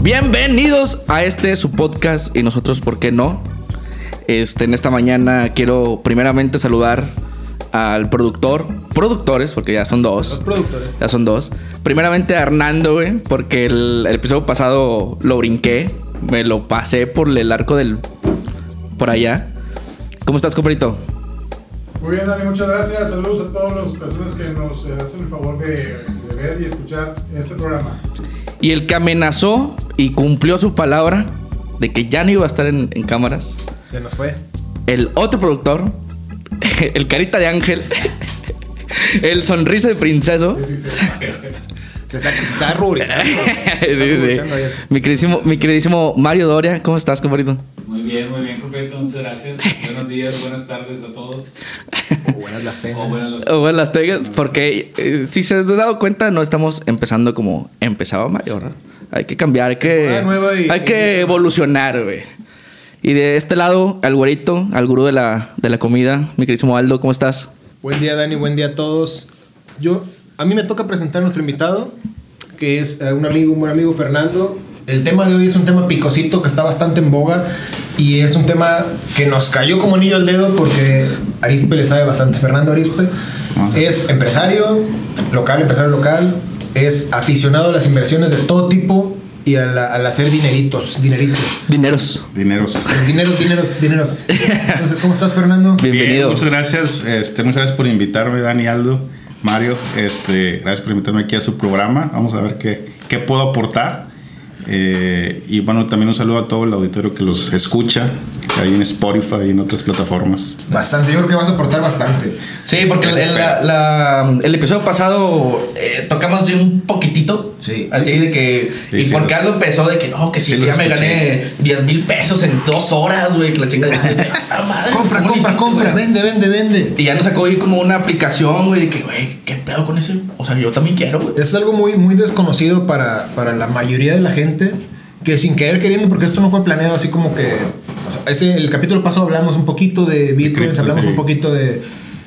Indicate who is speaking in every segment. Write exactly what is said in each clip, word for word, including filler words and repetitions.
Speaker 1: Bienvenidos a este su podcast y nosotros, ¿por qué no? Este, en esta mañana quiero primeramente saludar al productor, productores, porque ya son dos.
Speaker 2: Los productores.
Speaker 1: Ya son dos. Primeramente a Hernando, güey, porque el, el episodio pasado lo brinqué, me lo pasé por el arco del... por allá. ¿Cómo estás, compadrito?
Speaker 2: Muy bien, Dani, muchas gracias. Saludos a todas las personas que nos eh, hacen el favor de, de ver y escuchar este programa.
Speaker 1: Y el que amenazó y cumplió su palabra de que ya no iba a estar en, en cámaras.
Speaker 2: Se nos fue.
Speaker 1: El otro productor, el carita de ángel, el sonrisa de princeso.
Speaker 2: Se está, se está ruborizando.
Speaker 1: Sí, sí. Mi queridísimo, mi queridísimo Mario Doria, ¿cómo estás, compadrito?
Speaker 3: Muy bien, muy bien, completo, muchas gracias. Buenos días, buenas tardes a todos.
Speaker 2: O buenas las tengas.
Speaker 3: O buenas las
Speaker 1: O bueno, las tegas, porque eh, si se han dado cuenta, no estamos empezando como empezaba Mario, ¿verdad? Hay que cambiar, hay que,
Speaker 2: y,
Speaker 1: hay que evolucionar, güey. Y de este lado, al güerito, al gurú de la, de la comida, mi queridísimo Aldo, ¿cómo estás?
Speaker 4: Buen día, Dani, buen día a todos. Yo, a mí me toca presentar a nuestro invitado, que es eh, un amigo, un buen amigo, Fernando. El tema de hoy es un tema picosito que está bastante en boga y es un tema que nos cayó como anillo al dedo porque Arispe le sabe bastante. Fernando Arispe es empresario local, empresario local, es aficionado a las inversiones de todo tipo y al, al hacer dineritos, dineritos.
Speaker 1: Dineros.
Speaker 5: Dineros.
Speaker 4: Dineros, dineros, dineros. Entonces, ¿cómo estás, Fernando?
Speaker 1: Bienvenido.
Speaker 5: Bien, muchas gracias. Este, muchas gracias por invitarme, Dani, Aldo, Mario. Este, gracias por invitarme aquí a su programa. Vamos a ver qué, qué puedo aportar. Eh, y bueno, también un saludo a todo el auditorio que los escucha ahí en Spotify y en otras plataformas.
Speaker 4: Bastante, yo creo que vas a aportar bastante.
Speaker 1: Sí, porque el, el, la, la, el episodio pasado eh, tocamos de un poquitito.
Speaker 4: Sí.
Speaker 1: Así de que.
Speaker 5: Sí,
Speaker 1: y
Speaker 5: sí,
Speaker 1: porque
Speaker 5: los-
Speaker 1: Aldo empezó de que no, que sí,
Speaker 5: sí
Speaker 1: que
Speaker 5: los
Speaker 1: ya me
Speaker 5: escuché.
Speaker 1: gané diez mil pesos en dos horas, güey. Que la chingada.
Speaker 4: Compra, compra, compra, vende, vende, vende.
Speaker 1: Y ya nos sacó ahí como una aplicación, güey, de que, güey, ¿qué pedo con eso? O sea, yo también quiero, güey.
Speaker 4: Es algo muy, muy desconocido para, para la mayoría de la gente, que sin querer queriendo, porque esto no fue planeado así como que... O sea, ese, el capítulo pasado hablamos un poquito de bitcoins,
Speaker 5: Cripto,
Speaker 4: hablamos
Speaker 5: sí.
Speaker 4: un poquito de,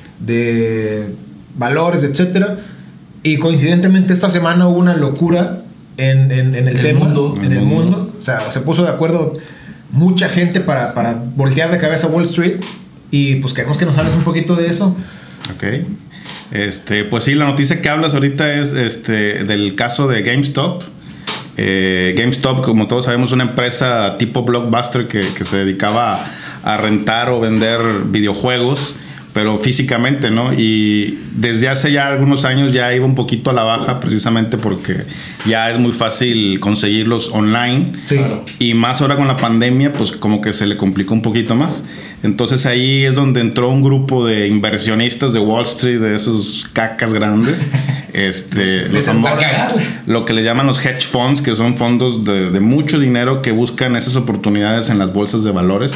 Speaker 4: de valores, etcétera. Y coincidentemente esta semana hubo una locura en, en, en el,
Speaker 1: El
Speaker 4: tema,
Speaker 1: mundo.
Speaker 4: en el mundo. O sea, se puso de acuerdo mucha gente para, para voltear de cabeza a Wall Street. Y pues queremos que nos hables un poquito de eso.
Speaker 5: Ok. Este, pues sí, la noticia que hablas ahorita es este, del caso de GameStop. Eh, GameStop, como todos sabemos, es una empresa tipo Blockbuster que, que se dedicaba a, a rentar o vender videojuegos, pero físicamente, ¿no? Y desde hace ya algunos años ya iba un poquito a la baja, precisamente porque ya es muy fácil conseguirlos online.
Speaker 4: Sí.
Speaker 1: Claro.
Speaker 5: Y más ahora con la pandemia, pues como que se le complicó un poquito más. Entonces ahí es donde entró un grupo de inversionistas de Wall Street, de esos cacas grandes. Este,
Speaker 4: Les
Speaker 5: los
Speaker 4: va a
Speaker 5: famosos-
Speaker 4: cagar.
Speaker 5: lo que le llaman los hedge funds, que son fondos de, de mucho dinero que buscan esas oportunidades en las bolsas de valores.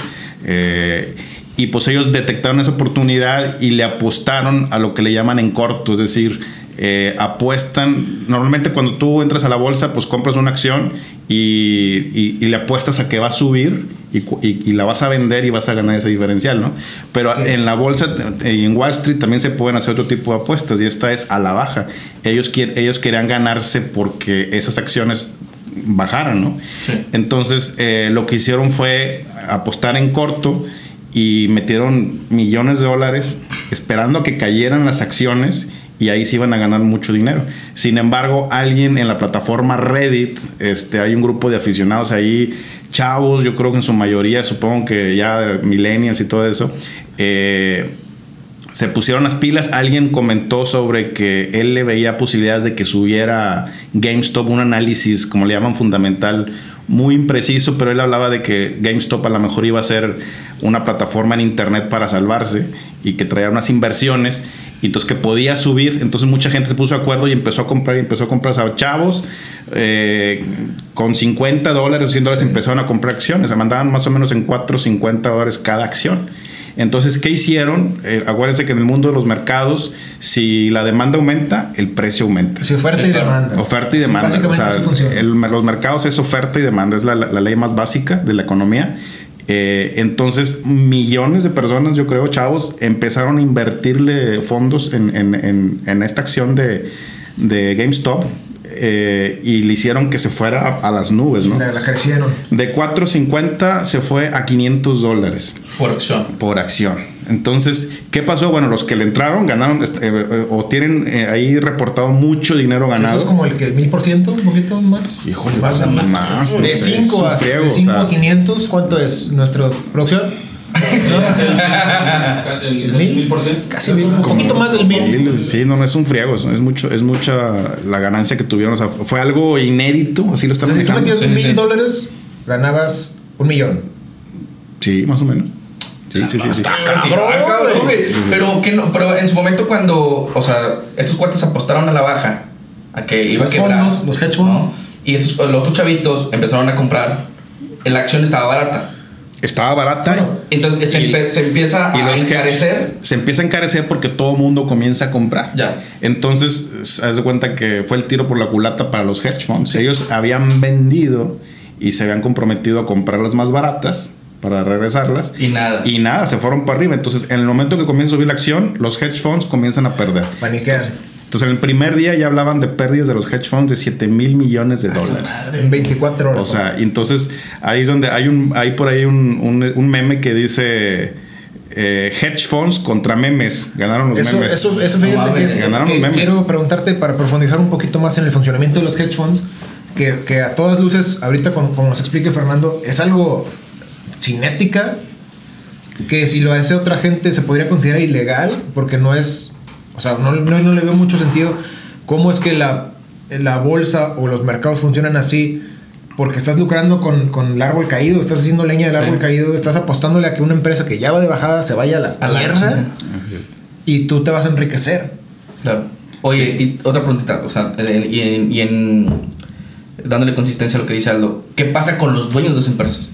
Speaker 5: Eh, y pues ellos detectaron esa oportunidad y le apostaron a lo que le llaman en corto, es decir, eh, apuestan. Normalmente cuando tú entras a la bolsa, pues compras una acción y, y, y le apuestas a que va a subir y, y, y la vas a vender y vas a ganar ese diferencial, ¿no? Pero
Speaker 4: Sí.
Speaker 5: en la bolsa y en Wall Street también se pueden hacer otro tipo de apuestas y esta es a la baja. Ellos, quieren, ellos querían ganarse porque esas acciones bajaran, ¿no?
Speaker 1: Sí.
Speaker 5: Entonces eh, lo que hicieron fue apostar en corto y metieron millones de dólares esperando a que cayeran las acciones y ahí se iban a ganar mucho dinero. Sin embargo, alguien en la plataforma Reddit, este, hay un grupo de aficionados ahí, chavos, yo creo que en su mayoría, supongo que ya millennials y todo eso, eh, se pusieron las pilas. Alguien comentó sobre que él le veía posibilidades de que subiera GameStop, un análisis, como le llaman, fundamental, muy impreciso, pero él hablaba de que GameStop a lo mejor iba a ser una plataforma en internet para salvarse y que traía unas inversiones y entonces que podía subir. Entonces mucha gente se puso de acuerdo y empezó a comprar y empezó a comprar. O sea, chavos eh, con cincuenta dólares o cien dólares empezaron a comprar acciones. Se mandaban más o menos en cuatro, cincuenta dólares cada acción. Entonces, ¿qué hicieron? Eh, acuérdense que en el mundo de los mercados, si la demanda aumenta, el precio aumenta.
Speaker 4: Sí, oferta
Speaker 1: Sí,
Speaker 4: y
Speaker 1: claro.
Speaker 4: demanda.
Speaker 5: Oferta y
Speaker 4: Sí,
Speaker 5: demanda. O
Speaker 4: básicamente
Speaker 5: sea,
Speaker 4: así funciona.
Speaker 5: el- los mercados es oferta y demanda. Es la, la ley más básica de la economía. Eh, entonces, millones de personas, yo creo, chavos, empezaron a invertirle fondos en, en, en, en esta acción de, de GameStop. eh, y le hicieron que se fuera a, a las nubes, ¿no?
Speaker 4: La, la crecieron.
Speaker 5: De cuatro cincuenta se fue a quinientos dólares.
Speaker 1: Por acción.
Speaker 5: Por acción. Entonces, ¿qué pasó? Bueno, los que le entraron ganaron eh, eh, o tienen eh, ahí reportado mucho dinero ganado.
Speaker 4: Eso es como el que el mil por ciento, un poquito más.
Speaker 5: Híjole,
Speaker 4: más,
Speaker 5: más, más
Speaker 4: de cinco a,
Speaker 5: friego,
Speaker 4: de cinco
Speaker 5: o sea,
Speaker 4: a quinientos, ¿cuánto es nuestra producción?
Speaker 3: El, el, el mil por ciento.
Speaker 4: Casi mil, un poquito más del mil.
Speaker 5: Sí, no, no es un friego, es mucho, es mucha la ganancia que tuvieron. O sea, fue algo inédito, así lo
Speaker 4: O sea,
Speaker 5: estamos
Speaker 4: si tú metías
Speaker 3: Sí,
Speaker 4: un
Speaker 3: sí.
Speaker 4: mil dólares, ganabas un millón.
Speaker 5: Sí, más o menos. Sí, sí, sí, sí.
Speaker 1: Casi, ah, cabrón, güey. Pero, que no, pero en su momento cuando, o sea, estos cuates apostaron a la baja, a que iba
Speaker 4: Los
Speaker 1: a quebrar,
Speaker 4: fondos, los hedge funds.
Speaker 1: ¿no? Y estos, los otros chavitos empezaron a comprar, la acción estaba barata.
Speaker 5: Estaba barata.
Speaker 1: Entonces se,
Speaker 5: Y-
Speaker 1: empe- se empieza
Speaker 5: y
Speaker 1: a
Speaker 5: los hedge-
Speaker 1: encarecer.
Speaker 5: se empieza a encarecer porque todo el mundo comienza a comprar.
Speaker 1: Ya.
Speaker 5: Entonces, haz de cuenta que fue el tiro por la culata para los hedge funds. Ellos habían vendido y se habían comprometido a comprarlas más baratas para regresarlas.
Speaker 1: Y nada.
Speaker 5: Y nada, se fueron para arriba. Entonces, en el momento que comienza a subir la acción, los hedge funds comienzan a perder.
Speaker 4: Paniquean.
Speaker 5: Entonces, en el primer día ya hablaban de pérdidas de los hedge funds de siete mil millones de dólares.
Speaker 4: En veinticuatro horas.
Speaker 5: O sea, y entonces ahí es donde hay un hay por ahí un, un, un meme que dice eh, hedge funds contra memes. Ganaron los
Speaker 4: Eso,
Speaker 5: memes.
Speaker 4: eso, eso
Speaker 1: No
Speaker 4: fíjate
Speaker 1: mames.
Speaker 4: que, es-
Speaker 5: Ganaron
Speaker 4: que
Speaker 5: los memes.
Speaker 4: quiero preguntarte para profundizar un poquito más en el funcionamiento de los hedge funds, que, que a todas luces, ahorita como, como nos explique Fernando, es algo sin ética, que si lo hace otra gente se podría considerar ilegal, porque no es, o sea, no, no, no le veo mucho sentido cómo es que la, la bolsa o los mercados funcionan así, porque estás lucrando con, con el árbol caído, estás haciendo leña del
Speaker 1: Sí.
Speaker 4: árbol caído, estás apostándole a que una empresa que ya va de bajada se vaya a la
Speaker 1: A la
Speaker 4: mierda
Speaker 1: chingada.
Speaker 4: y tú te vas a enriquecer.
Speaker 1: Claro. Oye, y otra preguntita, o sea, en- y en, y en dándole consistencia a lo que dice Aldo, ¿qué pasa con los dueños de las empresas?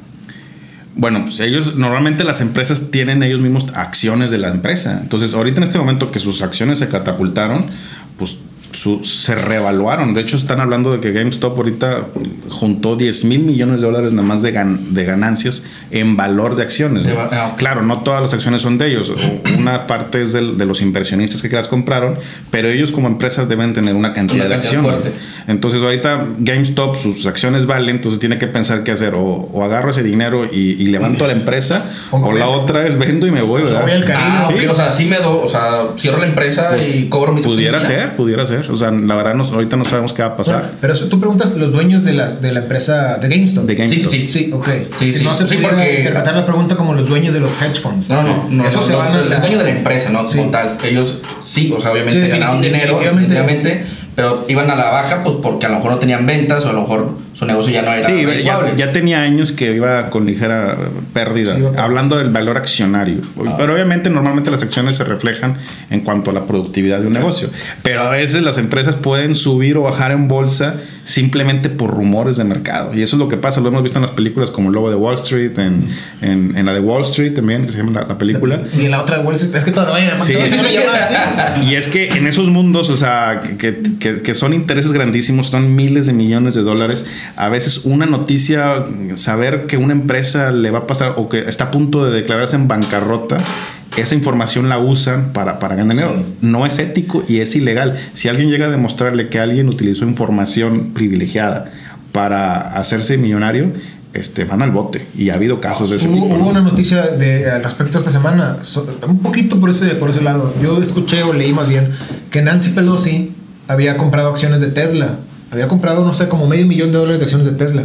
Speaker 5: Bueno, pues ellos, normalmente las empresas tienen ellos mismos acciones de la empresa. Entonces, ahorita en este momento que sus acciones se catapultaron, pues su- se reevaluaron. De hecho, están hablando de que GameStop ahorita juntó diez mil millones de dólares nada más de, gan- de ganancias en valor de acciones, ¿no?
Speaker 1: De va- ah, ok.
Speaker 5: Claro, no todas las acciones son de ellos. Una parte es del- de los inversionistas que las compraron, pero ellos como empresas deben tener una cantidad
Speaker 1: Una
Speaker 5: de
Speaker 1: cantidad
Speaker 5: acciones.
Speaker 1: fuerte.
Speaker 5: Entonces, ahorita GameStop, sus acciones valen, entonces tiene que pensar qué hacer. O, o agarro ese dinero y, y levanto la empresa,
Speaker 4: Pongo
Speaker 5: o la
Speaker 4: venta.
Speaker 5: otra es vendo y me voy, ¿verdad?
Speaker 4: Voy al Caribe.
Speaker 1: Ah,
Speaker 5: Sí.
Speaker 1: ok, o sea, sí me do, o sea, cierro la empresa
Speaker 5: Pues,
Speaker 1: y cobro mis
Speaker 5: pudiera
Speaker 1: acciones y ya.
Speaker 5: ser, pudiera ser. O sea, la verdad, no, ahorita no sabemos qué va a pasar.
Speaker 4: Bueno, pero eso, tú preguntas los dueños de, las, de la empresa de GameStop.
Speaker 5: De GameStop.
Speaker 1: Sí,
Speaker 4: Sí, ok.
Speaker 1: Sí, sí.
Speaker 4: No se
Speaker 1: Sí,
Speaker 4: puede
Speaker 1: porque-
Speaker 4: interpretar la pregunta como los dueños de los hedge funds.
Speaker 1: No, no, no.
Speaker 4: Eso
Speaker 1: no,
Speaker 4: se
Speaker 1: no,
Speaker 4: van a
Speaker 1: el
Speaker 4: la-
Speaker 1: dueño de la empresa, ¿no?
Speaker 4: Sí.
Speaker 1: Como tal. Ellos sí, o sea, obviamente
Speaker 4: Sí,
Speaker 1: ganaron
Speaker 4: definitivamente-
Speaker 1: dinero,
Speaker 4: definitivamente.
Speaker 1: definitivamente, pero iban a la baja pues porque a lo mejor no tenían ventas o a lo mejor su negocio ya no era
Speaker 5: Sí, ya,
Speaker 1: redituable.
Speaker 5: ya tenía años que iba con ligera pérdida,
Speaker 4: Sí, ok.
Speaker 5: hablando del valor accionario. Pero obviamente, normalmente las acciones se reflejan en cuanto a la productividad de un negocio. Pero a veces las empresas pueden subir o bajar en bolsa simplemente por rumores de mercado. Y eso es lo que pasa, lo hemos visto en las películas como El Lobo de Wall Street, en, en, en la de Wall Street también, que se llama la, la película.
Speaker 4: Y en la otra de Wall Street, es que todas vayan.
Speaker 5: Sí.
Speaker 4: todas se van a llamar así.
Speaker 5: Y es que en esos mundos, o sea, que, que, que son intereses grandísimos, son miles de millones de dólares. A veces una noticia, saber que una empresa le va a pasar o que está a punto de declararse en bancarrota, esa información la usan para, para ganar dinero. No es ético y es ilegal. Si alguien llega a demostrarle que alguien utilizó información privilegiada para hacerse millonario, este, van al bote. Y ha habido casos de ese
Speaker 4: Hubo,
Speaker 5: tipo.
Speaker 4: hubo
Speaker 5: ¿no?
Speaker 4: una noticia de, al respecto esta semana, so- un poquito por ese, por ese lado. Yo escuché o leí más bien que Nancy Pelosi había comprado acciones de Tesla. Había comprado, no sé, como medio millón de dólares de acciones de Tesla.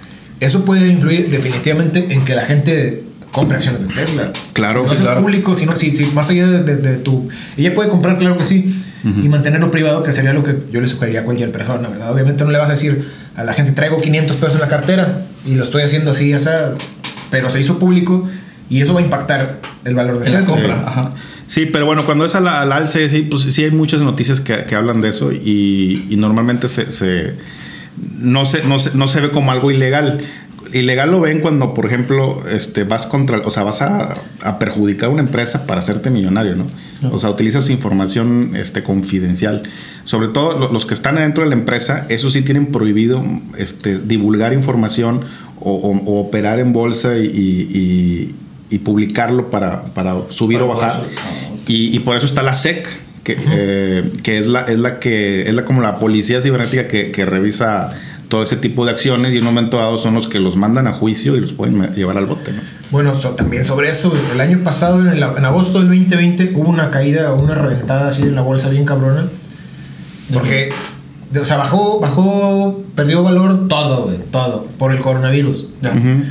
Speaker 4: Eso puede influir definitivamente en que la gente compre acciones de Tesla.
Speaker 5: Claro,
Speaker 4: No
Speaker 5: sí,
Speaker 4: es
Speaker 5: claro.
Speaker 4: público, sino si, si más allá de, de- de tu... Ella puede comprar, claro que sí, y mantenerlo privado, que sería lo que yo le sugeriría a cualquier persona, ¿verdad? Obviamente no le vas a decir a la gente, traigo quinientos pesos en la cartera y lo estoy haciendo así, o sea, pero se hizo público y eso va a impactar el valor de
Speaker 1: En la
Speaker 4: Tesla.
Speaker 1: compra, ajá.
Speaker 5: Sí, pero bueno, cuando es al, al alce, sí, pues sí hay muchas noticias que, que hablan de eso y, y normalmente se, se, no, se, no, se, no se ve como algo ilegal. Ilegal lo ven cuando, por ejemplo, este, vas contra, o sea, vas a, a perjudicar a una empresa para hacerte millonario, ¿no? O sea, utilizas información este, confidencial. Sobre todo lo- los que están dentro de la empresa, eso sí tienen prohibido este, divulgar información o, o- o operar en bolsa y, y, y publicarlo para, para subir
Speaker 1: Para
Speaker 5: o bajar.
Speaker 1: bolsa. Ah, ok.
Speaker 5: Y, y por eso está la S E C, que, eh, que es la es la que es la como la policía cibernética que, que revisa todo ese tipo de acciones, y en un momento dado son los que los mandan a juicio y los pueden llevar al bote, ¿no?
Speaker 4: Bueno, so, también sobre eso, el año pasado, en, el, en agosto del veinte veinte, hubo una caída, una reventada así en la bolsa bien cabrona. Porque, o sea, bajó, bajó, perdió valor todo, güey, todo, por el coronavirus. ¿Ya? Uh-huh.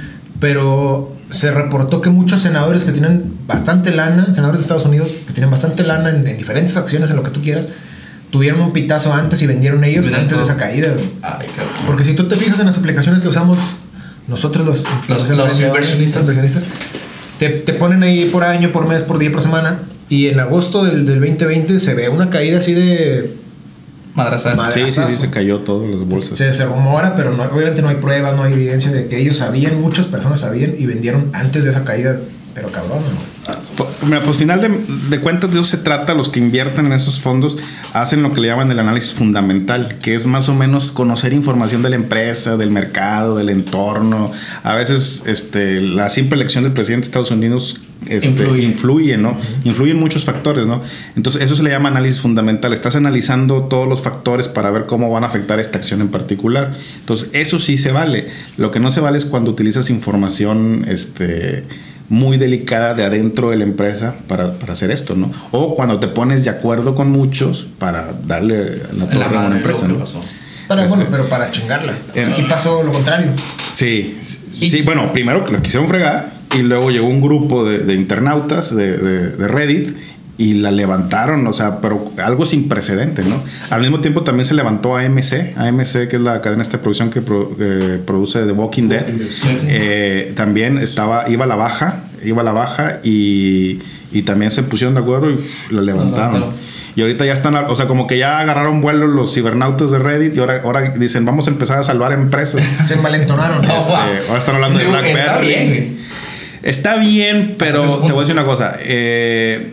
Speaker 4: Pero se reportó que muchos senadores que tienen bastante lana, senadores de Estados Unidos, que tienen bastante lana en, en diferentes acciones, en lo que tú quieras, tuvieron un pitazo antes y vendieron ellos antes todo de esa caída. Ay, porque si tú te fijas en las aplicaciones que usamos nosotros los,
Speaker 1: los, los, los inversionistas,
Speaker 4: inversionistas te, te ponen ahí por año, por mes, por día, por semana, y en agosto del, del veinte veinte se ve una caída así de
Speaker 1: madrazazo.
Speaker 5: Sí, sí, sí, se cayó todo las bolsas.
Speaker 4: Se, se rumora, pero no, obviamente no hay pruebas, no hay evidencia de que ellos sabían, muchas personas sabían y vendieron antes de esa caída. Pero cabrón, ¿no?
Speaker 5: Pues, mira, pues final de, de cuentas de eso se trata. Los que invierten en esos fondos hacen lo que le llaman el análisis fundamental, que es más o menos conocer información de la empresa, del mercado, del entorno. A veces este, la simple elección del presidente de Estados Unidos este, influye. influye, ¿no? Uh-huh. Influyen muchos factores, ¿no? Entonces eso se le llama análisis fundamental. Estás analizando todos los factores para ver cómo van a afectar esta acción en particular. Entonces eso sí se vale. Lo que no se vale es cuando utilizas información este muy delicada de adentro de la empresa para, para hacer esto, ¿no? O cuando te pones de acuerdo con muchos para darle la torre a una empresa, ¿no?
Speaker 4: Para, este, bueno, pero para chingarla. Eh, Aquí pasó lo contrario.
Speaker 5: Sí, sí, bueno, primero que lo quisieron fregar y luego llegó un grupo de, de internautas de, de, de Reddit y la levantaron, o sea, pero algo sin precedente, ¿no? Al mismo tiempo también se levantó A M C, A M C, que es la cadena de producción que pro, eh, produce The Walking Dead. Sí, sí. Eh, también estaba, iba a la baja, iba a la baja y, y también se pusieron de acuerdo y la levantaron. Y ahorita ya están, o sea, como que ya agarraron vuelo los cibernautas de Reddit y ahora, ahora dicen, vamos a empezar a salvar empresas.
Speaker 4: Se envalentonaron.
Speaker 5: Este, wow. Ahora están hablando de BlackBerry. Está bien, está bien, pero te voy a decir una cosa. Eh,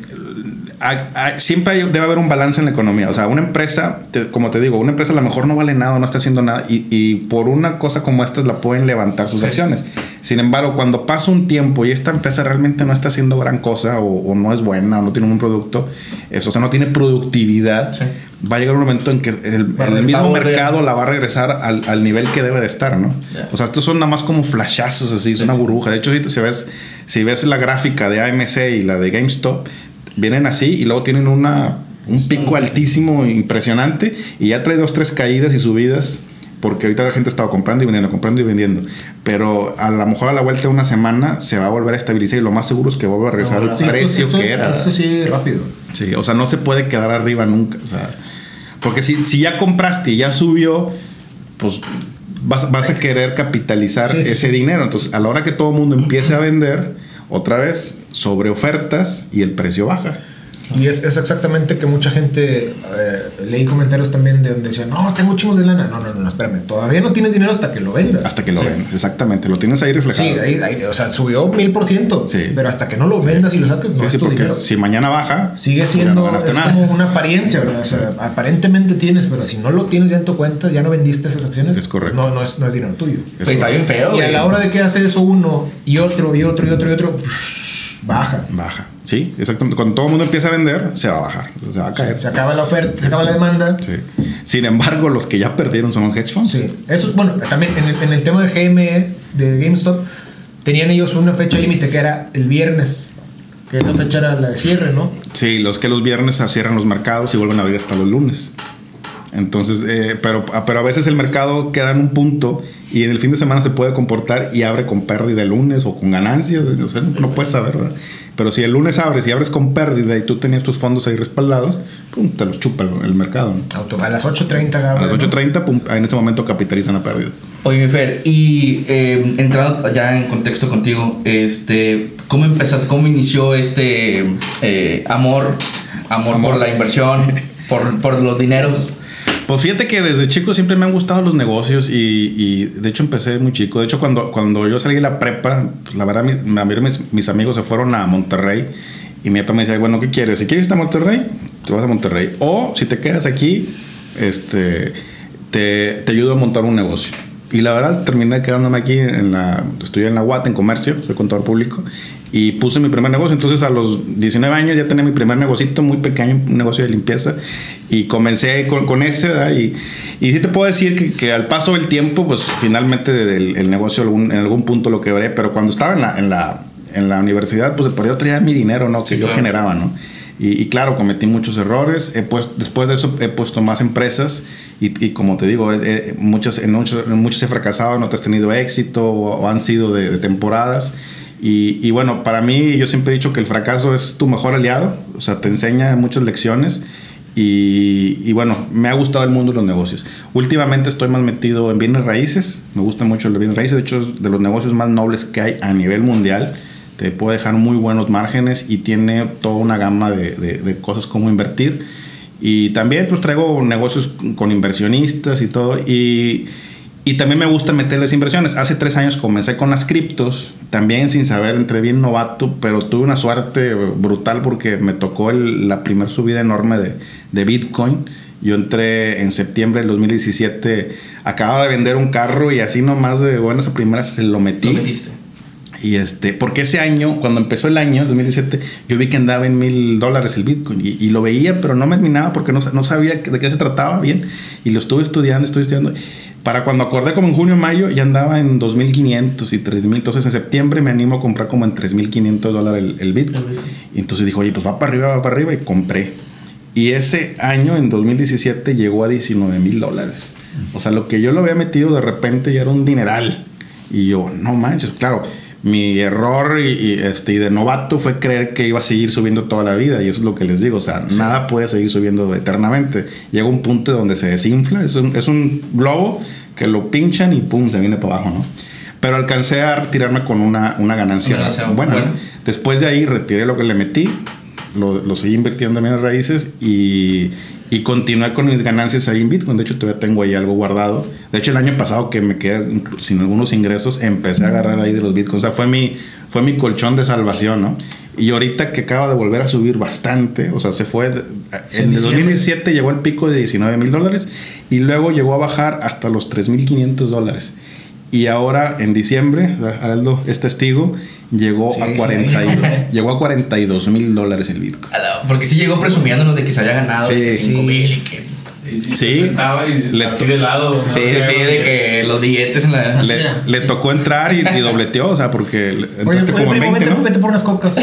Speaker 5: A, a, siempre hay, debe haber un balance en la economía. O sea, una empresa, te, como te digo, una empresa a lo mejor no vale nada, no está haciendo nada y, y por una cosa como esta la pueden levantar sus sí. acciones. Sin embargo, cuando pasa un tiempo y esta empresa realmente no está haciendo gran cosa o, o no es buena o no tiene un producto, eso, o sea, no tiene productividad, sí. va a llegar un momento en que el, el mismo mercado la va a regresar al, al nivel que debe de estar, ¿no? Yeah. O sea, estos son nada más como flashazos así, es sí, una burbuja. De hecho, si, si, ves, si ves la gráfica de A M C y la de GameStop, vienen así y luego tienen una, un pico altísimo, impresionante, y ya trae dos, tres caídas y subidas, porque ahorita la gente estaba comprando y vendiendo, comprando y vendiendo. Pero a lo mejor a la vuelta de una semana se va a volver a estabilizar y lo más seguro es que vuelva a regresar no, al sí, precio
Speaker 4: esto, esto
Speaker 5: que
Speaker 4: es,
Speaker 5: era.
Speaker 4: Eso sí, rápido.
Speaker 5: Sí, o sea, no se puede quedar arriba nunca. O sea, porque si, si ya compraste y ya subió, pues vas, vas a querer capitalizar sí, sí, ese sí. dinero. Entonces, a la hora que todo el mundo empiece a vender, otra vez sobre ofertas y el precio baja.
Speaker 4: Y es, es exactamente que mucha gente eh, leí comentarios también de donde decían, no, tengo chingos de lana. No, no, no, espérame, todavía no tienes dinero hasta que lo vendas.
Speaker 5: Hasta que lo
Speaker 4: sí.
Speaker 5: vendas, exactamente, lo tienes ahí reflejado.
Speaker 4: Sí, ahí, ahí, o sea, subió mil por ciento. Pero hasta que no lo vendas sí. y lo saques, no sí, es
Speaker 5: sí,
Speaker 4: tu
Speaker 5: porque
Speaker 4: dinero.
Speaker 5: Si mañana baja,
Speaker 4: sigue siendo, no es nada. Como una apariencia, ¿verdad? O sea, aparentemente tienes, pero si no lo tienes ya en tu cuenta, ya no vendiste esas acciones.
Speaker 5: Es correcto.
Speaker 4: No, no es, no es dinero tuyo.
Speaker 1: Pues está bien feo.
Speaker 4: Y a la hora de que hace eso uno y otro y otro y otro y otro, baja.
Speaker 5: Baja. Sí, exactamente. Cuando todo el mundo empieza a vender, se va a bajar. Se va a caer.
Speaker 4: Se acaba la oferta, se acaba la demanda.
Speaker 5: Sí. Sin embargo, los que ya perdieron son los hedge funds.
Speaker 4: Sí. Eso, bueno, también en el, en el tema de G M E, de GameStop, tenían ellos una fecha límite que era el viernes. Que esa fecha era la de cierre, ¿no?
Speaker 5: Sí, los que los viernes cierran los mercados y vuelven a abrir hasta los lunes. Entonces, eh, pero, pero a veces el mercado queda en un punto y en el fin de semana se puede comportar y abre con pérdida el lunes o con ganancias. O sea, no puedes saber, ¿verdad? Pero si el lunes abres y abres con pérdida y tú tenías tus fondos ahí respaldados, pum, te los chupa el mercado, ¿no?
Speaker 4: A las ocho treinta, Gabriel,
Speaker 5: a las ocho treinta, pum, en ese momento capitalizan la pérdida.
Speaker 1: Oye, mi Fer, y eh, entrando ya en contexto contigo, este, ¿cómo empezaste, cómo inició este eh, amor, amor, amor por la inversión, por, por los dineros?
Speaker 5: Pues fíjate que desde chico siempre me han gustado los negocios y, y de hecho empecé muy chico. De hecho, cuando, cuando yo salí de la prepa, pues la verdad, mi, mis, mis amigos se fueron a Monterrey y mi papá me decía, bueno, ¿qué quieres? Si quieres ir a Monterrey, te vas a Monterrey. O si te quedas aquí, este, te, te ayudo a montar un negocio. Y la verdad, terminé quedándome aquí en la... Estudié en la U A T en comercio, soy contador público. y puse mi primer negocio. Entonces a los diecinueve años ya tenía mi primer negocito muy pequeño, un negocio de limpieza, y comencé con, con ese, ¿verdad? Y, y sí te puedo decir que, que al paso del tiempo, pues finalmente el, el negocio algún, en algún punto lo quebré, pero cuando estaba en la, en la, en la universidad, pues por yo traía mi dinero, ¿no? Que sí, yo claro. generaba, ¿no? Y, y claro, cometí muchos errores. He puesto, después de eso he puesto más empresas y, y como te digo, he, he, muchas, en, muchos, en muchos he fracasado, en otras he tenido éxito o, o han sido de, de temporadas. Y, y bueno, para mí yo siempre he dicho que el fracaso es tu mejor aliado, o sea, te enseña muchas lecciones. Y, y bueno, me ha gustado el mundo de los negocios. Últimamente estoy más metido en bienes raíces, me gusta mucho los bienes raíces, de hecho es de los negocios más nobles que hay a nivel mundial. Te puede dejar muy buenos márgenes y tiene toda una gama de, de, de cosas como invertir. Y también pues traigo negocios con inversionistas y todo. Y, y también me gusta meterles inversiones. Hace tres años comencé con las criptos, también sin saber, entré bien novato, pero tuve una suerte brutal porque me tocó el, la primera subida enorme de, de Bitcoin. Yo entré en septiembre del dos mil diecisiete, acababa de vender un carro y así nomás de buenas a primeras se lo metí.
Speaker 1: ¿Lo metiste?
Speaker 5: Y este, porque ese año, cuando empezó el año, dos mil diecisiete, yo vi que andaba en mil dólares el Bitcoin y, y lo veía, pero no me admiraba porque no, no sabía de qué se trataba bien. Y lo estuve estudiando, estuve estudiando. Para cuando acordé como en junio, mayo, ya andaba en dos mil quinientos y tres mil. Entonces en septiembre me animo a comprar como en tres mil quinientos dólares el, el Bitcoin. Y entonces dijo, oye, pues va para arriba, va para arriba, y compré. Y ese año, en dos mil diecisiete, llegó a diecinueve mil dólares. O sea, lo que yo lo había metido de repente ya era un dineral. Y yo, no manches, claro. Mi error y, y, este, y de novato fue creer que iba a seguir subiendo toda la vida. Y eso es lo que les digo. O sea, sí. Nada puede seguir subiendo eternamente. Llega un punto donde se desinfla. Es un, es un globo que lo pinchan y pum, se viene para abajo, ¿no? Pero alcancé a retirarme con una, una ganancia, una ganancia buena. buena. Después de ahí retiré lo que le metí. Lo, lo seguí invirtiendo en bienes raíces y... Y continué con mis ganancias ahí en Bitcoin. De hecho, todavía tengo ahí algo guardado. De hecho, el año pasado que me quedé sin algunos ingresos, empecé a agarrar ahí de los Bitcoins. O sea, fue mi, fue mi colchón de salvación, ¿no? Y ahorita que acaba de volver a subir bastante, o sea, se fue... De, en el dos mil diecisiete llegó al pico de diecinueve mil dólares y luego llegó a bajar hasta los tres mil quinientos dólares. Y ahora, en diciembre, Aldo es testigo, llegó, sí, a, cuarenta sí. y, llegó a cuarenta y dos mil dólares el Bitcoin.
Speaker 1: Porque sí llegó presumiéndonos de que se había ganado sí, cinco mil y que...
Speaker 3: Y sí, sí. Sentaba y le así de lado.
Speaker 1: Sí, ¿no? sí, de que los billetes en la...
Speaker 5: Le, le tocó entrar y, y dobleteó, o sea, porque entraste
Speaker 4: oye,
Speaker 5: como en veinte,
Speaker 4: vete,
Speaker 5: ¿no?
Speaker 4: Vete por unas cocas.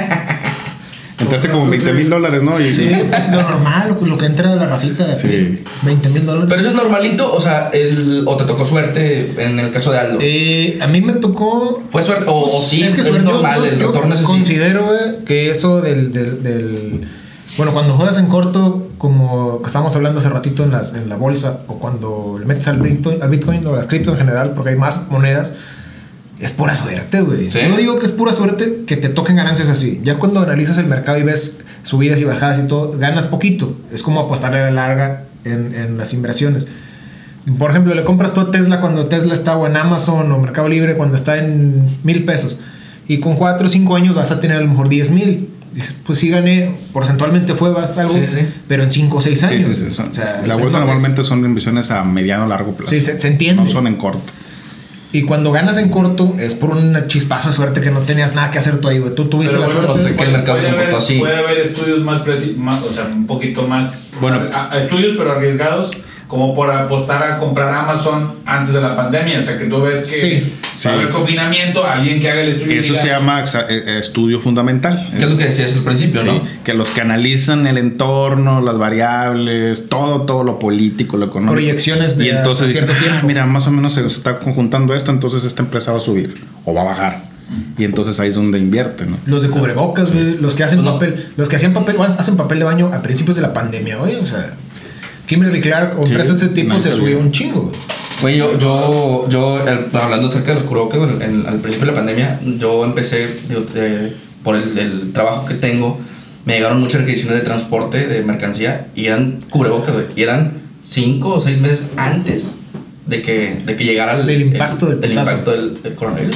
Speaker 5: Entraste como veinte mil dólares, ¿no? Y,
Speaker 4: sí, pues lo normal, lo, lo que entra de la racita. Sí. veinte mil dólares.
Speaker 1: Pero eso es normalito, o sea, el, o te tocó suerte en el caso de Aldo.
Speaker 4: Eh, a mí me tocó.
Speaker 1: ¿Fue suerte? O, o sí,
Speaker 4: es que suerte,
Speaker 1: es normal,
Speaker 4: yo,
Speaker 1: el
Speaker 4: yo
Speaker 1: retorno es así.
Speaker 4: Considero eh, que eso del, del, del. Bueno, cuando juegas en corto, como que estábamos hablando hace ratito en, las, en la bolsa, o cuando le metes al Bitcoin, al Bitcoin o a las cripto en general, porque hay más monedas. Es pura suerte, güey. ¿Sí? Yo digo que es pura suerte que te toquen ganancias así. Ya cuando analizas el mercado y ves subidas y bajadas y todo, ganas poquito. Es como apostarle a la larga en, en las inversiones. Por ejemplo, le compras tú a Tesla cuando Tesla está o en Amazon o Mercado Libre cuando está en mil pesos. Y con cuatro o cinco años vas a tener a lo mejor diez mil. Pues sí gané, porcentualmente fue vas algo, sí, sí. Pero en cinco o seis años. Sí, sí, sí.
Speaker 5: Son, o sea, la bolsa normalmente son inversiones a mediano o largo plazo.
Speaker 4: Sí, se, se entiende.
Speaker 5: No son en corto.
Speaker 4: Y cuando ganas en corto es por un chispazo de suerte que no tenías nada que hacer tú ahí, güey. Tú tuviste
Speaker 3: pero
Speaker 4: la
Speaker 3: bueno,
Speaker 4: suerte.
Speaker 3: O sea, que el mercado se comportó así. Puede haber estudios más precisos, o sea, un poquito más. Bueno, a, a estudios pero arriesgados, como por apostar a comprar Amazon antes de la pandemia. O sea, que tú ves que
Speaker 4: sí,
Speaker 3: sí. el confinamiento, alguien que haga el estudio.
Speaker 5: Eso diga, se llama estudio fundamental.
Speaker 1: ¿Qué es lo que decías al principio,
Speaker 5: sí,
Speaker 1: no?
Speaker 5: Que los que analizan el entorno, las variables, todo, todo lo político, lo económico.
Speaker 4: Proyecciones de
Speaker 5: y entonces
Speaker 4: cierto
Speaker 5: dicen,
Speaker 4: tiempo.
Speaker 5: Ah, mira, más o menos se está conjuntando esto, entonces esta empresa va a subir o va a bajar. Y entonces ahí es donde invierte, ¿no?
Speaker 4: Los de cubrebocas, güey, los que hacen papel, no. los que hacían papel, hacen papel de baño a principios de la pandemia, güey, o sea, Kimberly Clark o sí, empresas de ese tipo no se subió un chingo.
Speaker 1: Güey, yo, yo, yo el, hablando acerca de los cubrebocas, bueno, en, al principio de la pandemia, yo empecé, digo, eh, por el, el trabajo que tengo, me llegaron muchas requisiciones de transporte, de mercancía, y eran cubrebocas, güey, y eran cinco o seis meses antes de que, de que llegara el,
Speaker 4: del impacto,
Speaker 1: el,
Speaker 4: del,
Speaker 1: del, impacto del, del coronavirus.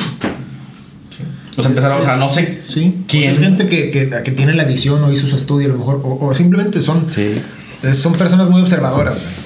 Speaker 1: O sea, empezaron, o sea, no sé
Speaker 4: sí,
Speaker 1: quién.
Speaker 4: Pues es gente que, que, que tiene la visión o hizo su estudio, a lo mejor, o, o simplemente son,
Speaker 5: sí.
Speaker 4: son personas muy observadoras, güey.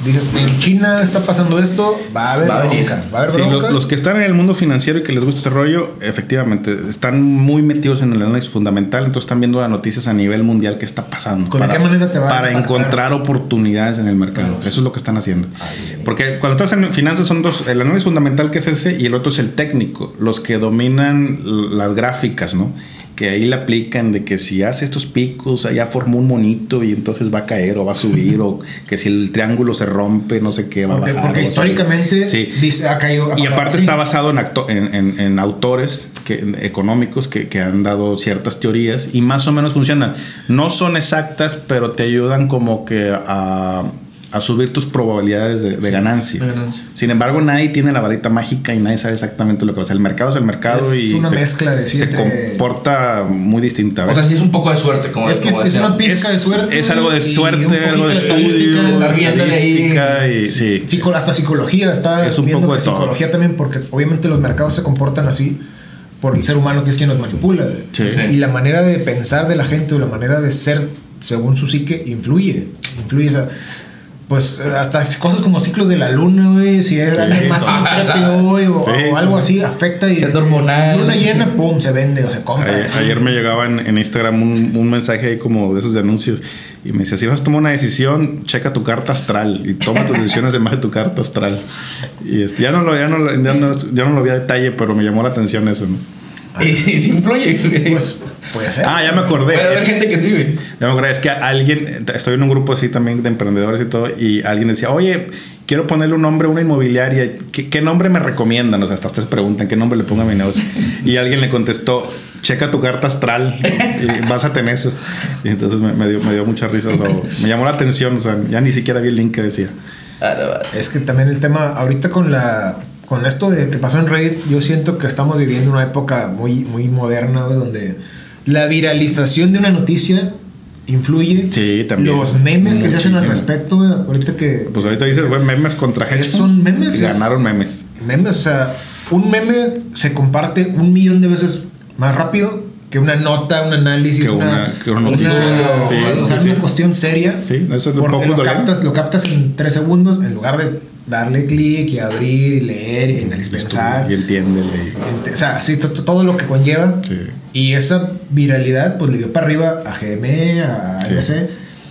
Speaker 4: dices, en China está pasando esto, va a haber
Speaker 1: Va a venir.
Speaker 4: bronca, va a haber
Speaker 5: Sí,
Speaker 4: bronca.
Speaker 5: lo- los que están en el mundo financiero y que les gusta ese rollo, efectivamente, están muy metidos en el análisis fundamental, entonces están viendo las noticias a nivel mundial que está pasando.
Speaker 4: ¿Con de qué manera te va a
Speaker 5: Para
Speaker 4: impactar?
Speaker 5: encontrar oportunidades en el mercado. Eso es lo que están haciendo. Porque cuando estás en finanzas son dos, el análisis fundamental que es ese y el otro es el técnico, los que dominan las gráficas, ¿no? Que ahí le aplican de que si hace estos picos, allá formó un monito y entonces va a caer o va a subir, o que si el triángulo se rompe, no sé qué, va
Speaker 4: Porque,
Speaker 5: a bajar.
Speaker 4: porque
Speaker 5: o va a subir.
Speaker 4: históricamente
Speaker 5: Sí.
Speaker 4: dice, ha caído. ha
Speaker 5: Y
Speaker 4: pasado
Speaker 5: aparte
Speaker 4: así.
Speaker 5: está basado en, acto- en, en- en autores que, económicos que, que han dado ciertas teorías y más o menos funcionan. No son exactas, pero te ayudan como que a, a subir tus probabilidades de, de ganancia.
Speaker 1: de ganancia.
Speaker 5: Sin embargo, nadie tiene la varita mágica y nadie sabe exactamente lo que va a hacer. El mercado es el mercado
Speaker 4: Es
Speaker 5: y
Speaker 4: una
Speaker 5: se,
Speaker 4: mezcla de sí
Speaker 5: se
Speaker 4: entre-
Speaker 5: comporta muy distinta.
Speaker 1: O sea, sí es un poco de suerte, como
Speaker 4: Es que es,
Speaker 1: como
Speaker 4: es
Speaker 1: decía.
Speaker 4: una pizca de
Speaker 5: Es-
Speaker 4: suerte.
Speaker 5: es algo de
Speaker 4: y un
Speaker 5: suerte,
Speaker 4: poquito
Speaker 5: algo de
Speaker 4: estadística,
Speaker 5: estudio,
Speaker 1: estar viéndole ahí.
Speaker 5: estadística y sí.
Speaker 4: Psico- hasta psicología está
Speaker 5: Es un
Speaker 4: viendo
Speaker 5: poco
Speaker 4: que
Speaker 5: de todo.
Speaker 4: psicología también, porque obviamente los mercados se comportan así por el ser humano que es quien los manipula.
Speaker 5: Sí.
Speaker 1: Sí.
Speaker 4: Y la manera de pensar de la gente o la manera de ser según su psique influye. Influye, o sea, pues hasta cosas como ciclos de la luna, güey, si es,
Speaker 5: Sí.
Speaker 4: es más intrépido, güey, o,
Speaker 5: Sí,
Speaker 4: o
Speaker 5: sí,
Speaker 4: algo
Speaker 5: sí.
Speaker 4: así afecta y
Speaker 1: Siendo hormonal.
Speaker 4: luna llena, pum, se vende o se compra.
Speaker 5: Ayer,
Speaker 4: así.
Speaker 5: ayer me llegaba en, en Instagram un, un mensaje ahí como de esos de anuncios y me decía, si vas a tomar una decisión, checa tu carta astral y toma tus decisiones de más de tu carta astral. Y este, ya, no lo, ya, no, lo- ya, no, ya no lo vi a detalle, pero me llamó la atención eso, ¿no?
Speaker 1: Y, y sí influye, güey.
Speaker 4: Pues puede ser.
Speaker 5: Ah, ya me acordé.
Speaker 1: Puede haber
Speaker 5: Es,
Speaker 1: gente que sí, güey.
Speaker 5: ya me acordé, es que alguien, estoy en un grupo así también de emprendedores y todo, y alguien decía, oye, quiero ponerle un nombre a una inmobiliaria, ¿qué, qué nombre me recomiendan? O sea, hasta ustedes preguntan qué nombre le pongo a mi negocio. Y alguien le contestó, checa tu carta astral y básate en eso. Y entonces me, me dio, me dio mucha risa, o sea, me llamó la atención, o sea, ya ni siquiera vi el link que decía.
Speaker 1: Ah, no, va.
Speaker 4: Es que también el tema, ahorita con la con esto de que pasó en Reddit, yo siento que estamos viviendo una época muy, muy moderna, güey, donde la viralización de una noticia influye.
Speaker 5: Sí, también.
Speaker 4: Los memes que se hacen al
Speaker 5: Muchísimo.
Speaker 4: respecto, güey, ahorita que...
Speaker 5: Pues ahorita dices, güey, memes contra haters.
Speaker 4: Son memes,
Speaker 5: Y
Speaker 4: es-
Speaker 5: ganaron memes.
Speaker 4: Memes, o sea, un meme se comparte un millón de veces más rápido que una nota, un análisis,
Speaker 5: Que una-
Speaker 4: una,
Speaker 5: que una noticia.
Speaker 4: una-
Speaker 5: Sí,
Speaker 4: o sea,
Speaker 5: sí,
Speaker 4: una
Speaker 5: sí.
Speaker 4: cuestión seria.
Speaker 5: Sí, eso es lo
Speaker 4: porque
Speaker 5: poco
Speaker 4: lo
Speaker 5: dolor.
Speaker 4: captas, lo captas en tres segundos en lugar de darle clic y abrir y leer y analizar, pensar.
Speaker 5: Y entiéndele.
Speaker 4: Ente- O sea, sí, to- to- todo lo que conlleva.
Speaker 5: Sí.
Speaker 4: Y esa viralidad, pues le dio para arriba a G M E, a
Speaker 5: Sí.
Speaker 4: A B C.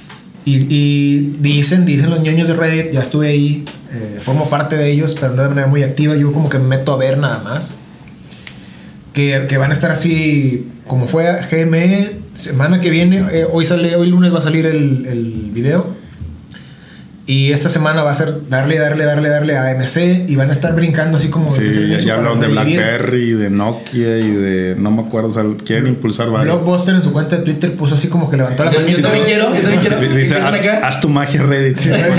Speaker 4: Y, y dicen, dicen los ñoños de Reddit, ya estuve ahí, eh, formo parte de ellos, pero no de manera muy activa. Yo como que me meto a ver nada más. Que, que van a estar así, como fue a G M E, semana que viene, eh, hoy sale, hoy lunes va a salir el, el video. Y esta semana va a ser darle, darle, darle, darle a A M C y van a estar brincando así como...
Speaker 5: Sí,
Speaker 4: desde el
Speaker 5: ya,
Speaker 4: inicio
Speaker 5: ya
Speaker 4: para
Speaker 5: hablaron de
Speaker 4: sobrevivir.
Speaker 5: BlackBerry, de Nokia y de... No me acuerdo, o sea, quieren impulsar varios.
Speaker 4: Blockbuster en su cuenta de Twitter puso así como que levantó la
Speaker 1: Yo,
Speaker 4: manita.
Speaker 1: yo también quiero, yo también quiero.
Speaker 5: Dice,
Speaker 1: ¿Quieren
Speaker 5: haz,
Speaker 1: acá?
Speaker 5: haz tu magia Reddit.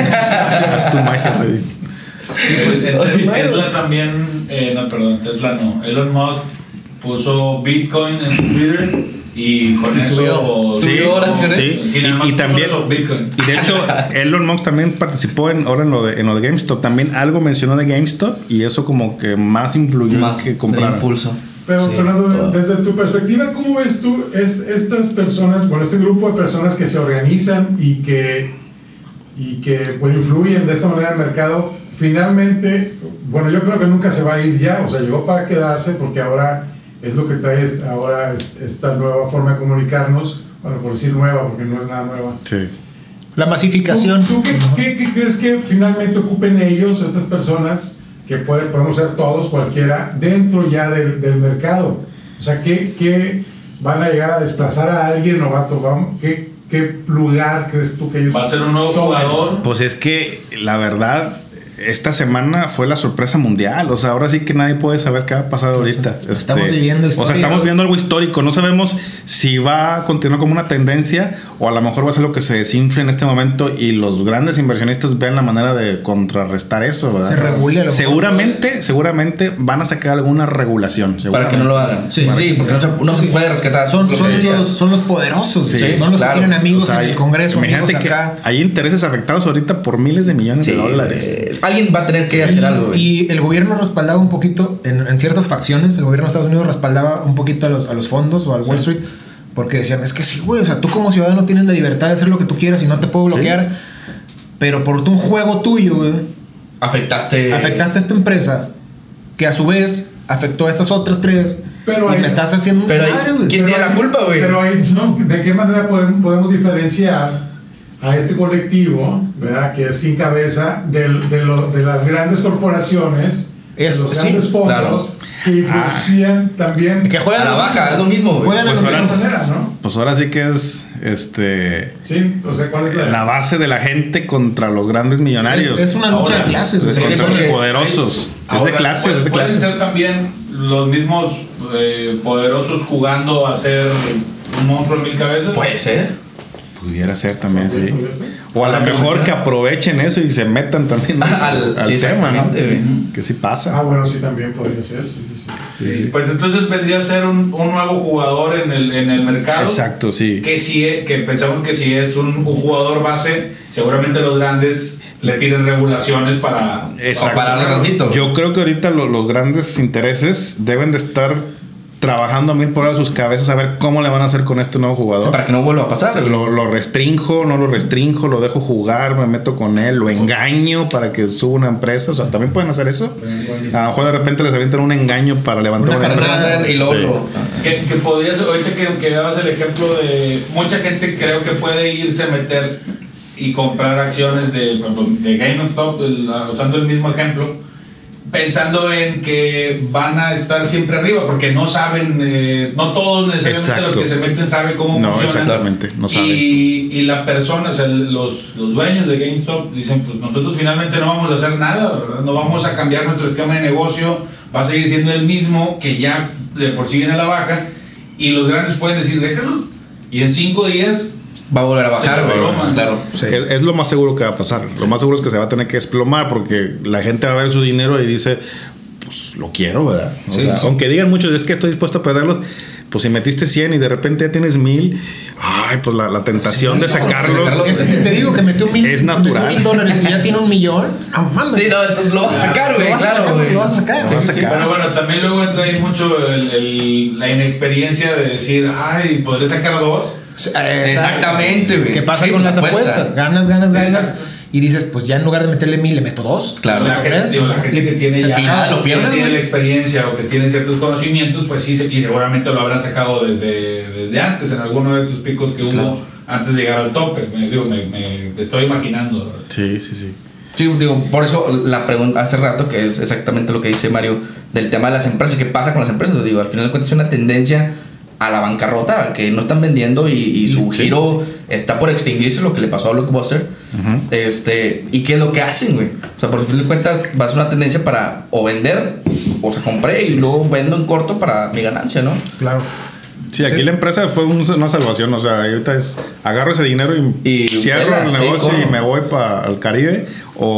Speaker 5: haz tu magia Reddit.
Speaker 3: Es- es- Tesla también, eh, no, perdón, Tesla no. Elon Musk puso Bitcoin en su Twitter y con
Speaker 4: Y
Speaker 3: eso
Speaker 4: subió.
Speaker 5: Sí,
Speaker 1: Subió acciones.
Speaker 5: sí.
Speaker 3: Sí,
Speaker 5: Y-
Speaker 3: nada más
Speaker 5: y
Speaker 3: puso
Speaker 5: también-
Speaker 3: eso, Bitcoin.
Speaker 5: Y de hecho, Elon Musk también participó en, ahora en lo, de, en lo de GameStop. También algo mencionó de GameStop y eso como que más influyó
Speaker 1: Más
Speaker 5: en que
Speaker 1: de
Speaker 5: compraran.
Speaker 1: impulso.
Speaker 2: Pero
Speaker 4: Sí,
Speaker 2: Fernando,
Speaker 1: todo.
Speaker 2: desde tu perspectiva, ¿cómo ves tú es, estas personas, bueno, este grupo de personas que se organizan y que, y que bueno, influyen de esta manera en el mercado? Finalmente, bueno, yo creo que nunca se va a ir ya, o sea, llegó para quedarse porque ahora es lo que trae es- ahora es- esta nueva forma de comunicarnos, bueno, por decir nueva, porque no es nada nueva.
Speaker 5: Sí.
Speaker 4: La masificación.
Speaker 2: ¿Tú, tú qué, qué- qué crees que finalmente ocupen ellos, estas personas, que puede, podemos ser todos, cualquiera, dentro ya del, del mercado? O sea, ¿qué, qué van a llegar a desplazar a alguien o va a tomar? ¿Qué, qué lugar crees tú que ellos
Speaker 3: Va a ser un nuevo
Speaker 2: tomen?
Speaker 3: jugador.
Speaker 5: Pues es que la verdad, esta semana fue la sorpresa mundial. O sea, ahora sí que nadie puede saber qué va a pasar ahorita.
Speaker 4: Estamos
Speaker 5: Este,
Speaker 4: viviendo
Speaker 5: O sea,
Speaker 4: historia.
Speaker 5: estamos viendo algo histórico. No sabemos si va a continuar como una tendencia o a lo mejor va a ser lo que se desinfle en este momento y los grandes inversionistas vean la manera de contrarrestar eso, ¿verdad?
Speaker 4: Se regule a lo mejor.
Speaker 5: Seguramente, seguramente van a sacar alguna regulación.
Speaker 1: Para que no lo hagan. Sí, sí, porque no se, no se
Speaker 4: Sí.
Speaker 1: puede rescatar.
Speaker 4: Son,
Speaker 1: lo que
Speaker 4: son,
Speaker 1: decías.
Speaker 4: los, son los poderosos,
Speaker 5: Sí,
Speaker 4: son los
Speaker 1: claro.
Speaker 4: que tienen amigos
Speaker 5: O sea,
Speaker 4: en el Congreso,
Speaker 5: imagínate
Speaker 4: amigos
Speaker 5: que
Speaker 4: acá.
Speaker 5: hay intereses afectados ahorita por miles de millones
Speaker 1: Sí,
Speaker 5: de dólares.
Speaker 1: eh, alguien va a tener que hacer algo, güey.
Speaker 4: Y el gobierno respaldaba un poquito, en, en ciertas facciones, el gobierno de Estados Unidos respaldaba un poquito a los, a los fondos o al Wall Street, porque decían, es que sí, güey, o sea, tú como ciudadano tienes la libertad de hacer lo que tú quieras y no te puedo bloquear. pero por un juego tuyo, güey,
Speaker 1: afectaste
Speaker 4: afectaste a esta empresa, que a su vez afectó a estas otras tres.
Speaker 2: Pero
Speaker 4: y
Speaker 2: ahí,
Speaker 4: me estás haciendo
Speaker 1: pero
Speaker 4: un
Speaker 1: ahí,
Speaker 4: madre, güey.
Speaker 1: ¿quién tiene la culpa, güey?
Speaker 2: Pero ahí, ¿no? ¿De qué manera podemos, podemos diferenciar a este colectivo, ¿verdad? Que es sin cabeza, del- de, lo- de las grandes corporaciones,
Speaker 4: Es-
Speaker 2: de los
Speaker 4: sí,
Speaker 2: grandes fondos,
Speaker 1: claro.
Speaker 2: que influencian también
Speaker 4: Que juegan
Speaker 1: a la
Speaker 4: lo
Speaker 1: baja,
Speaker 4: mismo.
Speaker 1: es lo mismo, güey.
Speaker 4: Juegan
Speaker 5: Pues
Speaker 4: de la
Speaker 5: ahora,
Speaker 4: misma
Speaker 2: manera, ¿no?
Speaker 5: pues ahora sí que es este
Speaker 2: Sí, o sea, ¿cuál es la,
Speaker 5: la base de la gente contra los grandes millonarios.
Speaker 4: Es, es una lucha
Speaker 3: Ahora,
Speaker 4: de clases, güey.
Speaker 5: Es
Speaker 1: sí,
Speaker 5: contra
Speaker 1: porque-
Speaker 5: los poderosos. Es de
Speaker 3: Ahora,
Speaker 5: clases,
Speaker 3: puede-
Speaker 5: es de
Speaker 3: pueden
Speaker 5: clases.
Speaker 3: ser también los mismos eh, poderosos jugando a ser un monstruo de mil cabezas.
Speaker 1: Puede ser.
Speaker 5: Pudiera ser también, sí.
Speaker 2: ¿Podría ser?
Speaker 5: O a lo
Speaker 1: Ahora que
Speaker 5: mejor que
Speaker 1: menciona-
Speaker 5: aprovechen eso y se metan también
Speaker 1: Al-
Speaker 5: al,
Speaker 1: sí,
Speaker 5: tema, ¿no?
Speaker 1: exactamente, güey.
Speaker 5: Que sí
Speaker 2: Ah,
Speaker 5: pasa.
Speaker 2: bueno, sí, también podría ser, sí, sí, sí.
Speaker 5: Sí, sí.
Speaker 3: Pues entonces vendría a ser un, un nuevo jugador en el, en el mercado.
Speaker 5: Exacto, sí.
Speaker 3: Que, si es- que pensamos que si es un, un jugador base, seguramente los grandes le tienen regulaciones para,
Speaker 5: Exacto.
Speaker 1: Para pararle tantito.
Speaker 5: Yo creo que ahorita lo- los grandes intereses deben de estar trabajando a mil por hora sus cabezas a ver cómo le van a hacer con este nuevo jugador.
Speaker 1: Para que no vuelva a pasar.
Speaker 5: Se lo, lo restrinjo, no lo restrinjo, lo dejo jugar, me meto con él, lo engaño para que suba una empresa. O sea, también pueden hacer eso. A lo mejor de repente les avientan un engaño para levantar
Speaker 4: Una
Speaker 5: una empresa.
Speaker 1: Carnada, y luego
Speaker 5: Sí.
Speaker 1: lo-
Speaker 3: Que, que podrías, ahorita que, que dabas el ejemplo de mucha gente creo que puede irse a meter y comprar acciones de, por ejemplo, de GameStop, el- usando el mismo ejemplo, pensando en que van a estar siempre arriba, porque no saben, eh, no todos necesariamente
Speaker 5: Exacto.
Speaker 3: los que se meten saben cómo
Speaker 5: No,
Speaker 3: funciona.
Speaker 5: exactamente, no saben.
Speaker 3: Y, y la persona, o sea, los, los dueños de GameStop dicen, pues nosotros finalmente no vamos a hacer nada, ¿verdad? No vamos a cambiar nuestro esquema de negocio, va a seguir siendo el mismo, que ya de por sí viene a la baja, y los grandes pueden decir, déjalo, y en cinco días
Speaker 1: va a volver a bajar,
Speaker 3: Se
Speaker 1: güey.
Speaker 3: desploma.
Speaker 1: Claro.
Speaker 4: Sí.
Speaker 5: Es, es lo más seguro que va a pasar. Lo más seguro es que se va a tener que desplomar porque la gente va a ver su dinero y dice, pues lo quiero, ¿verdad? O
Speaker 4: Sí,
Speaker 5: sea,
Speaker 4: sí.
Speaker 5: aunque digan muchos, es que estoy dispuesto a perderlos. Pues si metiste cien y de repente ya tienes mil, ay, pues la, la tentación de sacarlos.
Speaker 4: Ese que te digo que metió mil,
Speaker 5: Es
Speaker 4: metió
Speaker 5: natural.
Speaker 4: mil dólares y ya tiene un millón. No mames.
Speaker 1: Sí, no, entonces lo vas a sacar, güey.
Speaker 4: Lo vas a
Speaker 1: Claro,
Speaker 4: sacar,
Speaker 1: güey.
Speaker 4: lo vas a sacar.
Speaker 5: Lo vas a
Speaker 3: Sí,
Speaker 5: sacar.
Speaker 3: pero bueno, también luego entra ahí mucho el- el- la inexperiencia de decir, ay, podré sacar dos.
Speaker 1: Exactamente, güey.
Speaker 4: ¿Qué pasa
Speaker 1: Sí,
Speaker 4: con
Speaker 1: la
Speaker 4: las
Speaker 1: apuesta.
Speaker 4: apuestas? Ganas, ganas, ganas.
Speaker 3: Exacto.
Speaker 4: Y dices, pues ya en lugar de meterle mil, le meto dos.
Speaker 1: Claro.
Speaker 3: La
Speaker 4: ¿Lo
Speaker 3: gente,
Speaker 4: crees?
Speaker 3: digo, la gente que tiene
Speaker 4: Se
Speaker 3: ya
Speaker 1: te nada, lo
Speaker 3: que
Speaker 1: pierdes,
Speaker 3: tiene
Speaker 1: güey.
Speaker 3: la experiencia o que tiene ciertos conocimientos, pues sí, se- y seguramente lo habrán sacado desde, desde antes, en alguno de estos picos que hubo
Speaker 1: Claro.
Speaker 3: antes de llegar al tope. Me, digo, me, me estoy imaginando.
Speaker 5: Sí, sí, sí.
Speaker 1: Sí, digo, por eso la pregunta hace rato, que es exactamente lo que dice Mario, del tema de las empresas, ¿qué pasa con las empresas? Digo, al final de cuentas es una tendencia a la bancarrota, que no están vendiendo y, y su
Speaker 5: Sí,
Speaker 1: giro está por extinguirse, lo que le pasó a Blockbuster.
Speaker 5: Ujú.
Speaker 1: Este, ¿y qué es lo que hacen, güey? O sea, por el fin de cuentas va a ser una tendencia para o vender, o sea, compré y luego vendo en corto para mi ganancia, ¿no?
Speaker 4: Claro.
Speaker 5: Sí, aquí
Speaker 4: Sí.
Speaker 5: la empresa fue un- una salvación. O sea, ahorita es agarro ese dinero y,
Speaker 1: Y
Speaker 5: cierro
Speaker 1: vela,
Speaker 5: el
Speaker 1: sí,
Speaker 5: negocio
Speaker 1: corro.
Speaker 5: y me voy para el Caribe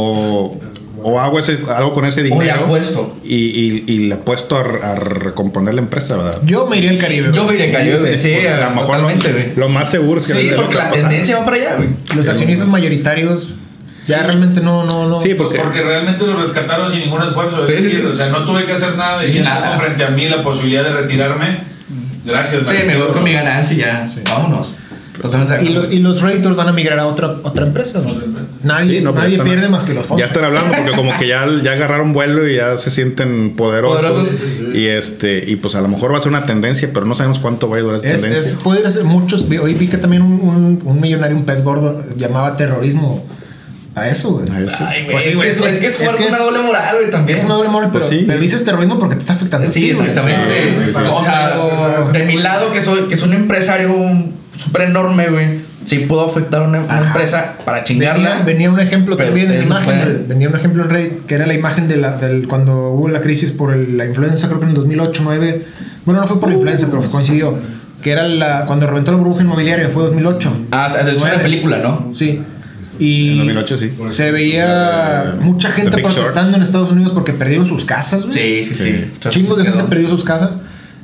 Speaker 5: o, o hago ese, algo con ese
Speaker 1: O le
Speaker 5: dinero
Speaker 1: apuesto.
Speaker 5: y, y, y le apuesto a, a recomponer la empresa, ¿verdad?
Speaker 4: Yo me iría al Caribe.
Speaker 1: Yo me iría a Caribe, güey. Sí,
Speaker 5: O sea, a lo mejor
Speaker 1: totalmente, güey.
Speaker 5: lo más seguro es que
Speaker 1: Sí,
Speaker 5: les-
Speaker 1: porque
Speaker 5: les va
Speaker 1: la
Speaker 5: a pasar.
Speaker 1: tendencia va para allá, güey.
Speaker 4: Los accionistas mayoritarios ya realmente no, no, no.
Speaker 5: Sí, porque
Speaker 3: Porque realmente lo rescataron sin ningún esfuerzo. Es
Speaker 1: Sí, sí,
Speaker 3: decir,
Speaker 1: sí.
Speaker 3: o sea, no tuve que hacer nada
Speaker 1: Sí,
Speaker 3: y ya
Speaker 1: nada.
Speaker 3: tengo frente a mí la posibilidad de retirarme. Gracias,
Speaker 1: Sí, me voy con mi ganancia y ya. Vámonos. Totalmente de
Speaker 4: Y
Speaker 1: acuerdo.
Speaker 4: los, y los Raiders van a migrar a otra, otra empresa. ¿no?
Speaker 3: Otra empresa.
Speaker 4: Nadie,
Speaker 5: Sí, no, pero
Speaker 4: nadie
Speaker 5: están-
Speaker 4: pierde más que los fondos.
Speaker 5: ya están hablando porque como que ya, ya agarraron vuelo y ya se sienten poderosos.
Speaker 1: Poderosos.
Speaker 5: Y este y pues a lo mejor va a ser una tendencia, pero no sabemos cuánto va a durar esa
Speaker 4: Es,
Speaker 5: tendencia.
Speaker 4: es, puede ser muchos. vi- Hoy vi que también un, un, un millonario, un pez gordo, llamaba terrorismo a eso, güey.
Speaker 5: A eso.
Speaker 1: Ay, güey,
Speaker 4: Pues sí,
Speaker 1: es,
Speaker 4: güey,
Speaker 1: que, es,
Speaker 4: es que-
Speaker 1: es que es
Speaker 4: es
Speaker 1: jugar
Speaker 4: que
Speaker 1: con una
Speaker 4: es-
Speaker 1: doble moral, güey, también.
Speaker 4: Es una doble moral, pero,
Speaker 5: Pues sí.
Speaker 4: pero dices terrorismo porque te está afectando. a
Speaker 1: Sí,
Speaker 4: ti, güey.
Speaker 1: exactamente.
Speaker 5: Sí, sí, sí.
Speaker 1: O sea, de mi lado, que soy, que soy un empresario súper enorme, güey, sí puedo afectar a una, una
Speaker 4: Ajá.
Speaker 1: empresa para
Speaker 4: Venía,
Speaker 1: chingarla.
Speaker 4: venía un ejemplo
Speaker 1: Pero
Speaker 4: también en
Speaker 1: ustedes no
Speaker 4: imagen,
Speaker 1: pueden.
Speaker 4: güey. Venía un ejemplo en Reddit que era la imagen de la, del cuando hubo la crisis por el- la influenza, creo que en el dos mil ocho, nueve. Bueno, no fue por la influenza, pero coincidió. Que era la, cuando reventó la burbuja inmobiliaria, fue dos mil ocho.
Speaker 1: Ah, o sea, de hecho
Speaker 4: Nueve.
Speaker 1: una película, ¿no?
Speaker 4: Sí.
Speaker 5: En
Speaker 4: Y
Speaker 5: dos mil ocho sí.
Speaker 4: se veía mucha
Speaker 5: The
Speaker 4: gente
Speaker 5: Big Short.
Speaker 4: protestando en Estados Unidos porque perdieron sus casas, güey.
Speaker 1: Sí, sí, sí.
Speaker 5: Sí.
Speaker 4: Chingos de
Speaker 1: Se
Speaker 4: gente
Speaker 1: quedó.
Speaker 4: perdió sus casas.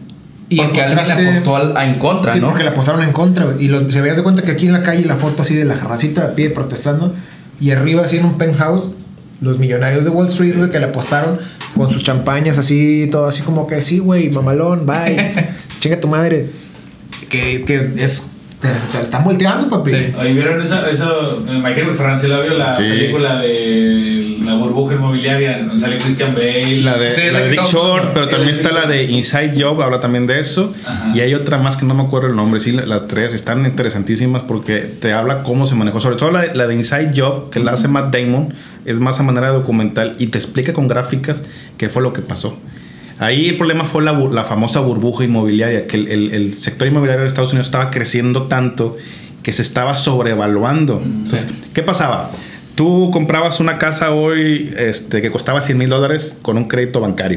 Speaker 4: Y
Speaker 1: Porque
Speaker 4: en
Speaker 1: alguien le
Speaker 4: contraste-
Speaker 1: apostó al- a en contra,
Speaker 4: Sí,
Speaker 1: ¿no?
Speaker 4: porque le apostaron en contra, güey. Y los, se veía de cuenta que aquí en la calle la foto así de la jarracita de pie protestando. Y arriba, así en un penthouse, los millonarios de Wall Street, güey, que le apostaron con sus champañas así, todo así como que sí, güey, mamalón, bye. Chinga tu madre. Que, que es te, te están volteando, papi.
Speaker 1: Sí.
Speaker 3: Oye, ¿vieron eso? eso me imagino que Fran se la vio, la
Speaker 5: Sí.
Speaker 3: película de la burbuja inmobiliaria, donde sale Christian Bale.
Speaker 5: La de,
Speaker 1: Sí,
Speaker 5: la
Speaker 1: la
Speaker 5: de
Speaker 1: que
Speaker 5: Big
Speaker 1: estamos-
Speaker 5: Short, pero
Speaker 3: sí,
Speaker 5: también
Speaker 3: la de
Speaker 5: está
Speaker 3: Big
Speaker 5: la de Inside Job, habla también de eso.
Speaker 3: Ajá.
Speaker 5: Y hay otra más que no me acuerdo el nombre. Sí, la- las tres están interesantísimas porque te habla cómo se manejó. Sobre todo la, la de Inside Job, que la hace Matt Damon, es más a manera documental y te explica con gráficas qué fue lo que pasó. Ahí el problema fue la, bu- la famosa burbuja inmobiliaria, que el, el- el sector inmobiliario de Estados Unidos estaba creciendo tanto que se estaba sobrevaluando. Entonces, ¿qué pasaba? Tú comprabas una casa hoy este, que costaba cien mil dólares con un crédito bancario.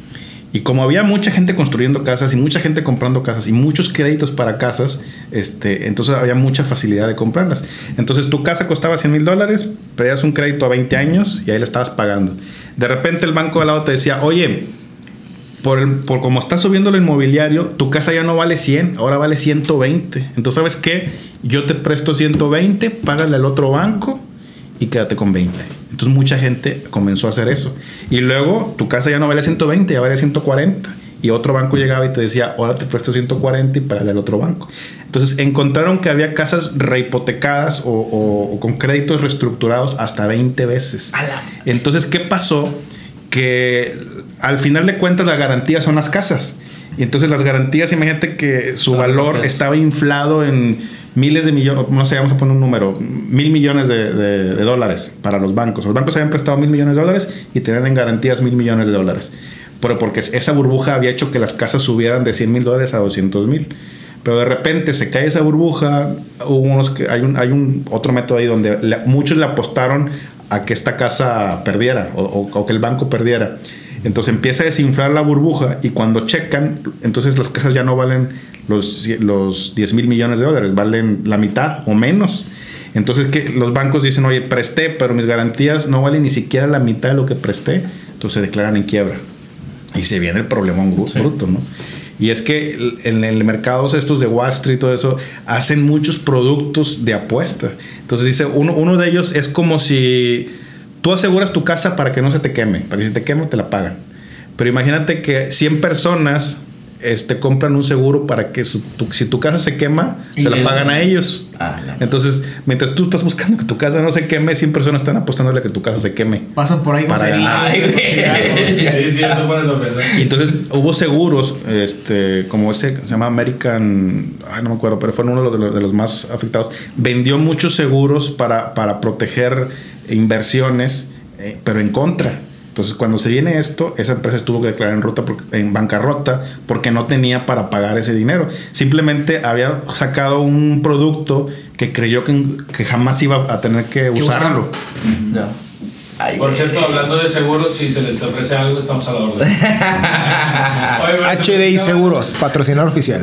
Speaker 5: Y como había mucha gente construyendo casas y mucha gente comprando casas y muchos créditos para casas, este, entonces había mucha facilidad de comprarlas. Entonces tu casa costaba cien mil dólares, pedías un crédito a veinte años y ahí le estabas pagando. De repente el banco de al lado te decía, oye, por, el, por como está subiendo lo inmobiliario, tu casa ya no vale cien, ahora vale ciento veinte. Entonces, ¿sabes qué? Yo te presto ciento veinte, págale al otro banco y quédate con veinte. Entonces mucha gente comenzó a hacer eso. Y luego tu casa ya no vale ciento veinte, ya vale ciento cuarenta. Y otro banco llegaba y te decía, ahora te presto ciento cuarenta y págale al otro banco. Entonces encontraron que había casas rehipotecadas o, o, o con créditos reestructurados hasta veinte veces. Entonces, ¿qué pasó? Que al final de cuentas la garantía son las casas. Y entonces las garantías, imagínate que su
Speaker 1: Ah,
Speaker 5: valor
Speaker 1: ok.
Speaker 5: estaba inflado en miles de millones, no sé, vamos a poner un número, mil millones de, de, de dólares para los bancos. Los bancos habían prestado mil millones de dólares y tenían en garantías mil millones de dólares. Pero porque esa burbuja había hecho que las casas subieran de cien mil dólares a doscientos mil. Pero de repente se cae esa burbuja, hubo unos que, hay, un, hay un otro método ahí donde le, muchos le apostaron a que esta casa perdiera o, o, o que el banco perdiera. Entonces empieza a desinflar la burbuja y cuando checan, entonces las casas ya no valen los, los diez mil millones de dólares, valen la mitad o menos. Entonces que los bancos dicen, oye, presté, pero mis garantías no valen ni siquiera la mitad de lo que presté. Entonces se declaran en quiebra. Y se viene el problemón bruto,
Speaker 1: Sí.
Speaker 5: ¿no? Y es que en el mercado estos de Wall Street, todo eso, hacen muchos productos de apuesta. Entonces dice, uno, uno de ellos es como si tú aseguras tu casa para que no se te queme, para que si te quema te la pagan. Pero imagínate que cien personas este, compran un seguro para que su, tu, si tu casa se quema,
Speaker 1: Y
Speaker 5: se la
Speaker 1: el-
Speaker 5: pagan a ellos.
Speaker 1: Ah, no.
Speaker 5: Entonces, mientras tú estás buscando que tu casa no se queme, cien personas están apostándole a que tu casa se queme.
Speaker 4: Pasan por ahí con
Speaker 5: Para-
Speaker 4: cerillos.
Speaker 1: Ay, güey.
Speaker 3: Sí, sí, no te pones a pensar.
Speaker 5: Y entonces hubo seguros, este, como ese que se llama American, ay, no me acuerdo, pero fueron uno de los, de los más afectados. Vendió muchos seguros para, para proteger inversiones, eh, pero en contra. Entonces, cuando se viene esto, esa empresa tuvo que declarar en, ruta por- en bancarrota porque no tenía para pagar ese dinero. Simplemente había sacado un producto que creyó que, que jamás iba a tener que usarlo.
Speaker 1: Ya. Ay,
Speaker 3: Por
Speaker 1: güey.
Speaker 3: cierto, hablando de seguros, si se les ofrece algo, estamos a la orden. Oye, pero
Speaker 4: H D I
Speaker 3: te-
Speaker 4: Seguros, patrocinador oficial.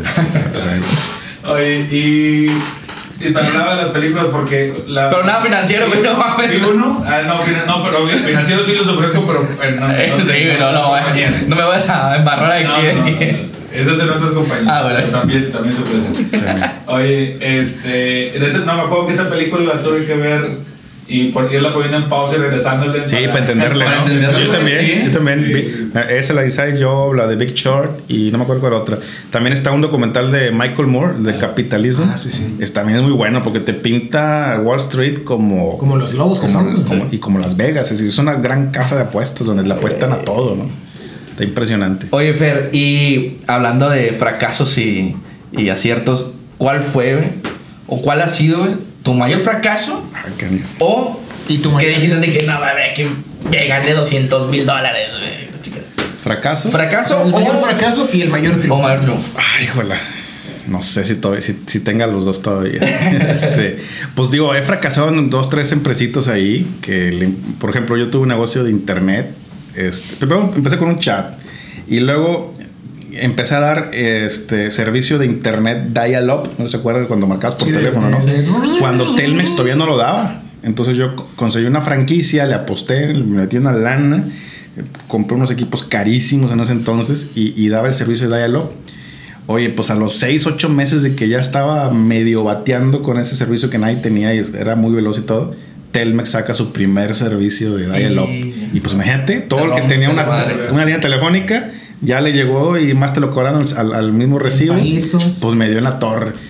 Speaker 3: Oye, y, y te hablaba de las películas porque la...
Speaker 1: Pero nada financiero, güey, no mames.
Speaker 3: ¿Y uno? Ah, no, fina- no, pero obvio, financiero sí los ofrezco, pero eh, no, no,
Speaker 1: Eh,
Speaker 3: sé,
Speaker 1: sí, güey, no, no,
Speaker 3: compañías.
Speaker 1: güey. No me vas a embarrar aquí.
Speaker 3: No, no, no, no. Esas en otras compañías.
Speaker 1: Ah, bueno.
Speaker 3: Pero también, también se ofrecen. Oye, este... En ese, no, me acuerdo que esa película la tuve que ver y por irla poniendo en pausa y regresándole.
Speaker 5: Sí, para entenderle,
Speaker 1: Para
Speaker 5: ¿no?
Speaker 1: entenderle,
Speaker 5: Yo también,
Speaker 1: sí.
Speaker 5: yo también.
Speaker 3: Sí.
Speaker 5: vi- esa la de Inside Job, la de Big Short y no me acuerdo cuál otra. También está un documental de Michael Moore, de Capitalism.
Speaker 4: Ah, sí, sí.
Speaker 5: Es, también es muy bueno porque te pinta Wall Street como...
Speaker 4: Como los globos que
Speaker 5: como-
Speaker 4: son.
Speaker 5: como- y como Las Vegas. Es decir, es una gran casa de apuestas donde le apuestan a todo, ¿no? Está impresionante.
Speaker 1: Oye, Fer, y hablando de fracasos y, y aciertos, ¿cuál fue, güey? ¿O cuál ha sido, güey, tu mayor fracaso?
Speaker 5: Ay, canijo.
Speaker 1: ¿O
Speaker 4: ¿Y tu
Speaker 1: que
Speaker 4: mayor-
Speaker 1: dijiste de que no, mames, que me gané doscientos mil dólares, güey?
Speaker 5: ¿Fracaso?
Speaker 1: ¿Fracaso
Speaker 4: El mayor
Speaker 1: o,
Speaker 4: fracaso y el mayor
Speaker 1: o
Speaker 4: triunfo.
Speaker 1: mayor triunfo?
Speaker 5: Ay, híjola. No sé si, todavía, si, si tenga los dos todavía. este, pues digo, he fracasado en dos, tres empresitos ahí. Que, le- por ejemplo, yo tuve un negocio de internet. Este, primero empecé con un chat. Y luego empecé a dar este servicio de internet dial-up. No se acuerdan cuando marcabas por
Speaker 4: Sí, de-
Speaker 5: teléfono, ¿no?
Speaker 4: de- de-
Speaker 5: Cuando Telmex todavía no lo daba. Entonces yo co- conseguí una franquicia, le aposté, le metí una lana. eh, Compré unos equipos carísimos en ese entonces y, y daba el servicio de dial-up. Oye, pues a los seis, ocho meses de que ya estaba medio bateando con ese servicio que nadie tenía y era muy veloz y todo, Telmex saca su primer servicio de dial-up.
Speaker 1: Y-
Speaker 5: Y pues imagínate, todo
Speaker 1: Te
Speaker 5: el que
Speaker 1: rompe
Speaker 5: tenía
Speaker 1: la
Speaker 5: una,
Speaker 1: madre.
Speaker 5: una línea telefónica ya le llegó y más te lo cobraron al, al mismo recibo.
Speaker 4: paguitos.
Speaker 5: Pues me dio en la torre.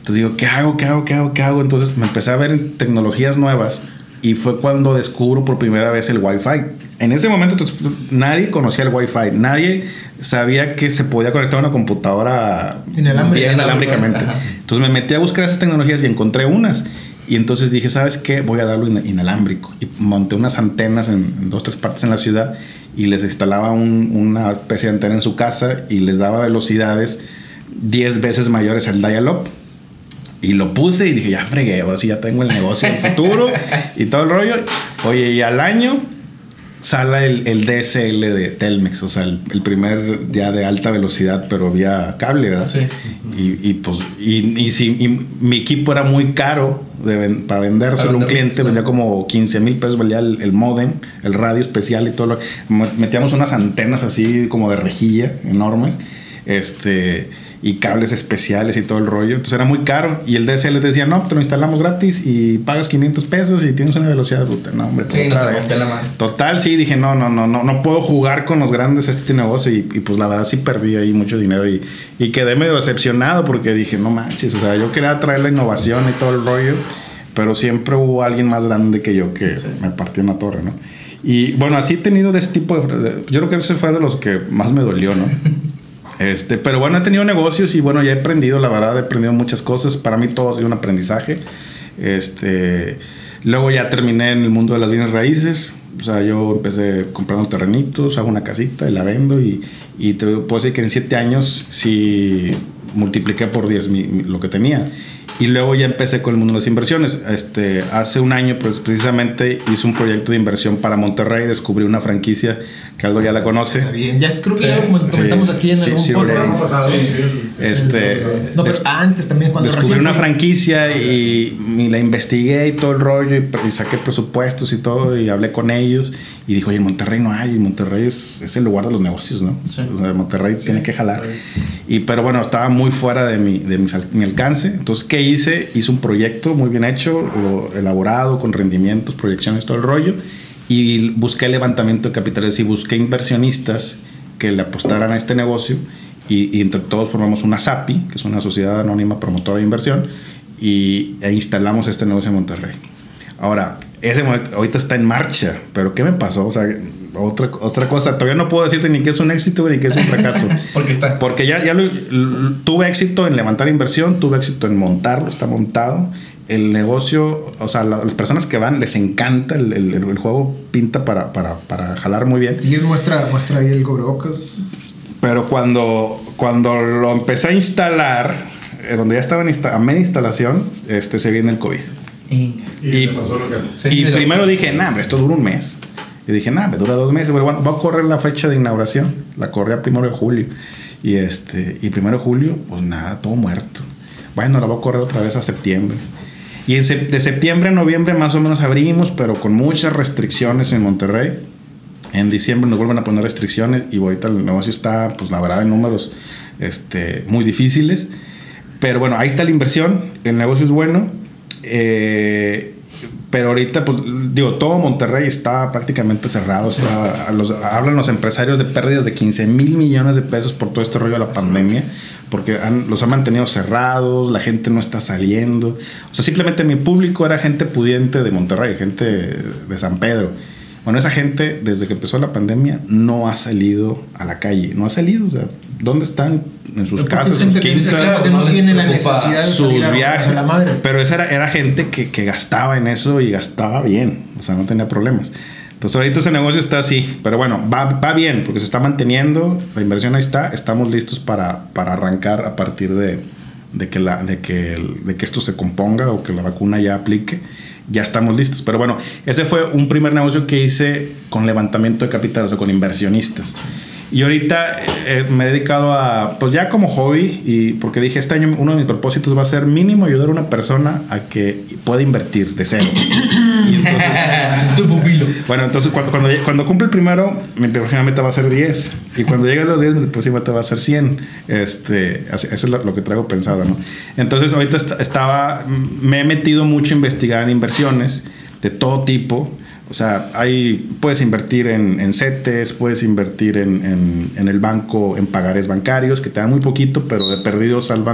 Speaker 5: Entonces digo, ¿qué hago? ¿Qué hago? ¿Qué hago? ¿Qué hago? Entonces me empecé a ver en tecnologías nuevas y fue cuando descubro por primera vez el Wi-Fi. En ese momento nadie conocía el Wi-Fi, nadie sabía que se podía conectar a una computadora
Speaker 4: Inalámbrica,
Speaker 5: bien inalámbricamente.
Speaker 1: Ajá.
Speaker 5: Entonces me metí a buscar esas tecnologías y encontré unas. Y entonces dije, ¿sabes qué? Voy a darlo inalámbrico. Y monté unas antenas en, en dos, tres partes en la ciudad y les instalaba un, una especie de antena en su casa y les daba velocidades diez veces mayores al dial-up. Y lo puse y dije, ya fregué, ahora sí ya tengo el negocio del futuro y todo el rollo. Oye, y al año sale el, el D S L de Telmex, o sea, el, el primer ya de alta velocidad, pero vía cable, ¿verdad?
Speaker 1: Sí.
Speaker 5: Y, y pues, y, y, si, y mi equipo era muy caro de ven, para vendérselo a un cliente, vendía como quince mil pesos, valía el, el modem, el radio especial y todo lo. Metíamos unas antenas así como de rejilla, enormes, este. y cables especiales y todo el rollo. Entonces era muy caro. Y el D S L te decía, no, te lo instalamos gratis y pagas quinientos pesos y tienes una velocidad bruta. No, hombre,
Speaker 1: Sí,
Speaker 5: otra
Speaker 1: no te
Speaker 5: vez.
Speaker 1: rompe la madre.
Speaker 5: Total, sí, dije, no, no, no, no, no puedo jugar con los grandes este negocio. Y, y pues la verdad sí perdí ahí mucho dinero. Y, y quedé medio decepcionado porque dije, no manches, o sea, yo quería traer la innovación y todo el rollo, pero siempre hubo alguien más grande que yo que sí. me partió una torre, ¿no? Y bueno, así he tenido de ese tipo de, de... Yo creo que ese fue de los que más me dolió, ¿no? Este, pero bueno, he tenido negocios y bueno, ya he aprendido, la verdad, he aprendido muchas cosas. Para mí todo ha sido un aprendizaje. Este, luego ya terminé en el mundo de las bienes raíces. O sea, yo empecé comprando terrenitos, hago una casita y la vendo. Y, y te puedo decir que en siete años sí multipliqué por diez mi, mi, lo que tenía. Y luego ya empecé con el mundo de las inversiones. Este, hace un año, pues, precisamente hice un proyecto de inversión para Monterrey. Descubrí una franquicia que Aldo ya la conoce.
Speaker 4: Está bien, ya creo que
Speaker 1: Sí.
Speaker 4: ya lo comentamos
Speaker 5: Sí,
Speaker 4: aquí en
Speaker 5: sí,
Speaker 4: algún
Speaker 5: sí,
Speaker 4: podcast.
Speaker 5: sí.
Speaker 2: pasado,
Speaker 3: Sí.
Speaker 2: sí.
Speaker 5: Este,
Speaker 4: No, pero
Speaker 5: des-
Speaker 4: antes también cuando
Speaker 5: descubrí
Speaker 4: recién
Speaker 5: una
Speaker 4: fue-
Speaker 5: franquicia y, y la investigué y todo el rollo y, y saqué presupuestos y todo y hablé con ellos y dijo, oye, en Monterrey no hay, en Monterrey es, es el lugar de los negocios, ¿no?
Speaker 1: Sí.
Speaker 5: O sea, Monterrey tiene que jalar.
Speaker 1: Sí.
Speaker 5: Y, pero bueno, estaba muy fuera de, mi, de mi, sal- mi alcance. Entonces, ¿qué hice? Hice un proyecto muy bien hecho, lo, elaborado, con rendimientos, proyecciones, todo el rollo. Y busqué levantamiento de capitales y busqué inversionistas que le apostaran a este negocio. Y, y entre todos formamos una S A P I, que es una sociedad anónima promotora de inversión, y, e instalamos este negocio en Monterrey. Ahora, ese momento, ahorita está en marcha, pero ¿qué me pasó? O sea, otra, otra cosa, todavía no puedo decirte ni que es un éxito ni que es un fracaso.
Speaker 1: Porque está.
Speaker 5: Porque ya, ya lo, lo- tuve éxito en levantar inversión, tuve éxito en montarlo, está montado. El negocio, o sea, la- las personas que van les encanta, el, el, el juego pinta para, para, para jalar muy bien.
Speaker 4: Y él muestra, muestra ahí el cubrebocas.
Speaker 5: Pero cuando, cuando lo empecé a instalar, eh, donde ya estaba en insta- a media instalación, este, se viene el COVID.
Speaker 1: Y-
Speaker 2: Y,
Speaker 5: Y-
Speaker 2: te pasó lo que...
Speaker 1: Sí,
Speaker 5: y
Speaker 1: pero-
Speaker 5: primero dije, nah, hombre, esto dura un mes. Y dije, nah, me dura dos meses. Pero bueno, va a correr la fecha de inauguración. La corrí a primero de julio. Y este, y primero de julio, pues nada, todo muerto. Bueno, la voy a correr otra vez a septiembre. Y en sep- de septiembre a noviembre más o menos abrimos, pero con muchas restricciones en Monterrey. En diciembre nos vuelven a poner restricciones y ahorita el negocio está, pues la verdad, en números este, muy difíciles. Pero bueno, ahí está la inversión, el negocio es bueno. Eh, pero ahorita, pues digo, todo Monterrey está prácticamente cerrado. Está, los, hablan los empresarios de pérdidas de quince mil millones de pesos por todo este rollo de la pandemia, porque han, los han mantenido cerrados, la gente no está saliendo. O sea, simplemente mi público era gente pudiente de Monterrey, gente de San Pedro. Bueno, esa gente, desde que empezó la pandemia, no ha salido a la calle. No ha salido. O sea, ¿dónde están? En sus
Speaker 4: Pero porque
Speaker 5: casas,
Speaker 4: es
Speaker 5: sus
Speaker 4: gente que-
Speaker 5: quintas,
Speaker 4: claro, que no,
Speaker 1: no les
Speaker 4: tiene la
Speaker 1: preocupa
Speaker 4: necesidad de salir
Speaker 5: sus
Speaker 4: a- a
Speaker 5: viajes.
Speaker 4: la madre.
Speaker 5: Pero esa era, era gente que, que gastaba en eso y gastaba bien. O sea, no tenía problemas. Entonces, ahorita ese negocio está así. Pero bueno, va, va bien porque se está manteniendo. La inversión ahí está. Estamos listos para, para arrancar a partir de, de, que la, de, que el- de que esto se componga o que la vacuna ya aplique. Ya estamos listos. Pero bueno, ese fue un primer negocio que hice con levantamiento de capital, o sea, con inversionistas. Y ahorita eh, me he dedicado a, pues ya como hobby, y porque dije, este año uno de mis propósitos va a ser mínimo ayudar a una persona a que pueda invertir de cero. Y entonces,
Speaker 1: Tu pupilo.
Speaker 5: bueno, entonces cuando, cuando, cuando cumple el primero, mi próxima meta va a ser diez. Y cuando llegue a los diez, mi próxima meta va a ser cien. Este, así- eso es lo, lo que traigo pensado, ¿no? Entonces ahorita est- estaba, me he metido mucho a investigar en inversiones de todo tipo. O sea, hay, puedes invertir en, en CETES, puedes invertir en, en, en el banco, en pagares bancarios, que te dan muy poquito, pero de perdido salvan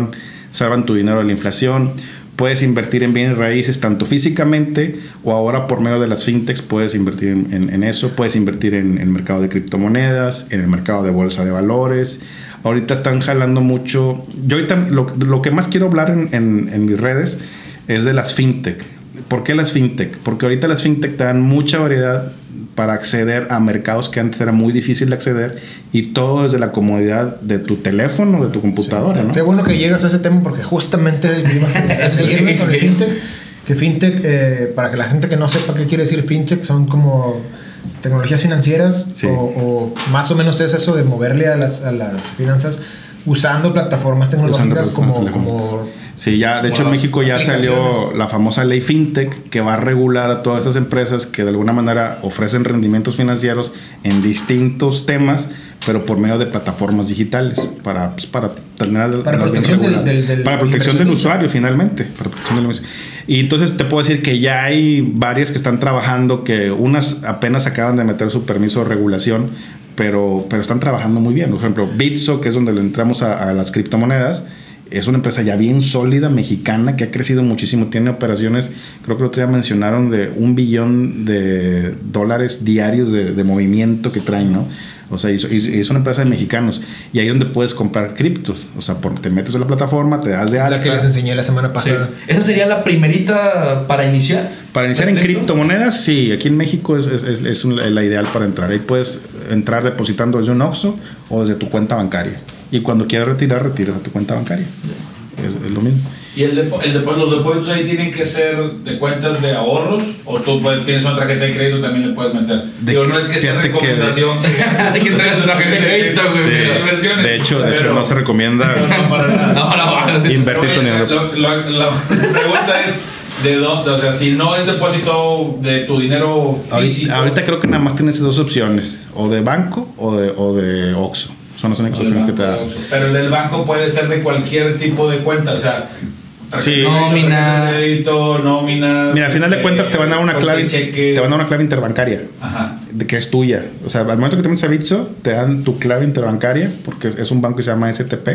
Speaker 5: salvan tu dinero de la inflación. Puedes invertir en bienes raíces tanto físicamente o ahora por medio de las fintechs puedes invertir en, en, en eso. Puedes invertir en, en el mercado de criptomonedas, en el mercado de bolsa de valores. Ahorita están jalando mucho. Yo ahorita lo, lo que más quiero hablar en, en, en mis redes es de las fintech. ¿Por qué las fintech? Porque ahorita las fintech te dan mucha variedad para acceder a mercados que antes era muy difícil de acceder y todo desde la comodidad de tu teléfono, de tu computadora, sí, ¿no?
Speaker 4: Qué bueno que llegas a ese tema porque justamente el que ibas a seguirme con el fintech. Que fintech, eh, para que la gente que no sepa qué quiere decir fintech, son como tecnologías financieras, sí. o, o más o menos es eso de moverle a las, a las finanzas usando plataformas tecnológicas usando como, como
Speaker 5: sí, ya de hecho en México ya salió la famosa ley fintech que va a regular a todas estas empresas que de alguna manera ofrecen rendimientos financieros en distintos temas, pero por medio de plataformas digitales para, pues, para tener
Speaker 4: para protección del, del, del
Speaker 5: para protección del usuario finalmente para protección del y entonces te puedo decir que ya hay varias que están trabajando, que unas apenas acaban de meter su permiso de regulación, pero, pero están trabajando muy bien. Por ejemplo, Bitso, que es donde le entramos a, a las criptomonedas, es una empresa ya bien sólida, mexicana, que ha crecido muchísimo. Tiene operaciones, creo que el otro día mencionaron, de un billón de dólares diarios de, de movimiento que traen, ¿no? O sea, y es una empresa de mexicanos. Y ahí es donde puedes comprar criptos. O sea, por, te metes en la plataforma, te das de alta.
Speaker 4: La que les enseñé la semana pasada.
Speaker 1: Sí. ¿Esa sería la primerita para iniciar?
Speaker 5: Para iniciar en criptomonedas, sí. Aquí en México es, es, es, es la ideal para entrar. Ahí puedes entrar depositando desde un Oxxo o desde tu cuenta bancaria. Y cuando quieras retirar, retiras a tu cuenta bancaria. Es, es lo mismo.
Speaker 3: ¿Y el depo el depo los depósitos ahí tienen que ser de cuentas de ahorros? ¿O tú puedes, tienes una tarjeta de crédito también le puedes meter? Digo, no es que sea recomendación. Que de,
Speaker 1: de que sea tu tarjeta de crédito, güey.
Speaker 5: Sí. De hecho, de hecho no se recomienda
Speaker 3: no, no, para nada.
Speaker 5: No, no, invertir tu dinero.
Speaker 3: La pregunta es, ¿de dónde? O sea, si no es depósito de tu dinero físico.
Speaker 5: Ahorita, ahorita creo que nada más tienes dos opciones. O de banco o de, o de Oxxo. Son las únicas opciones que te da.
Speaker 3: Pero el del banco puede ser de cualquier tipo de cuenta, o sea,
Speaker 5: sí.
Speaker 3: nómina, crédito, nóminas.
Speaker 5: Mira, al final de cuentas te van a dar una clave, te van a dar una clave interbancaria.
Speaker 3: Ajá.
Speaker 5: De que es tuya. O sea, al momento que te metes a Bitso, te dan tu clave interbancaria, porque es un banco que se llama S T P,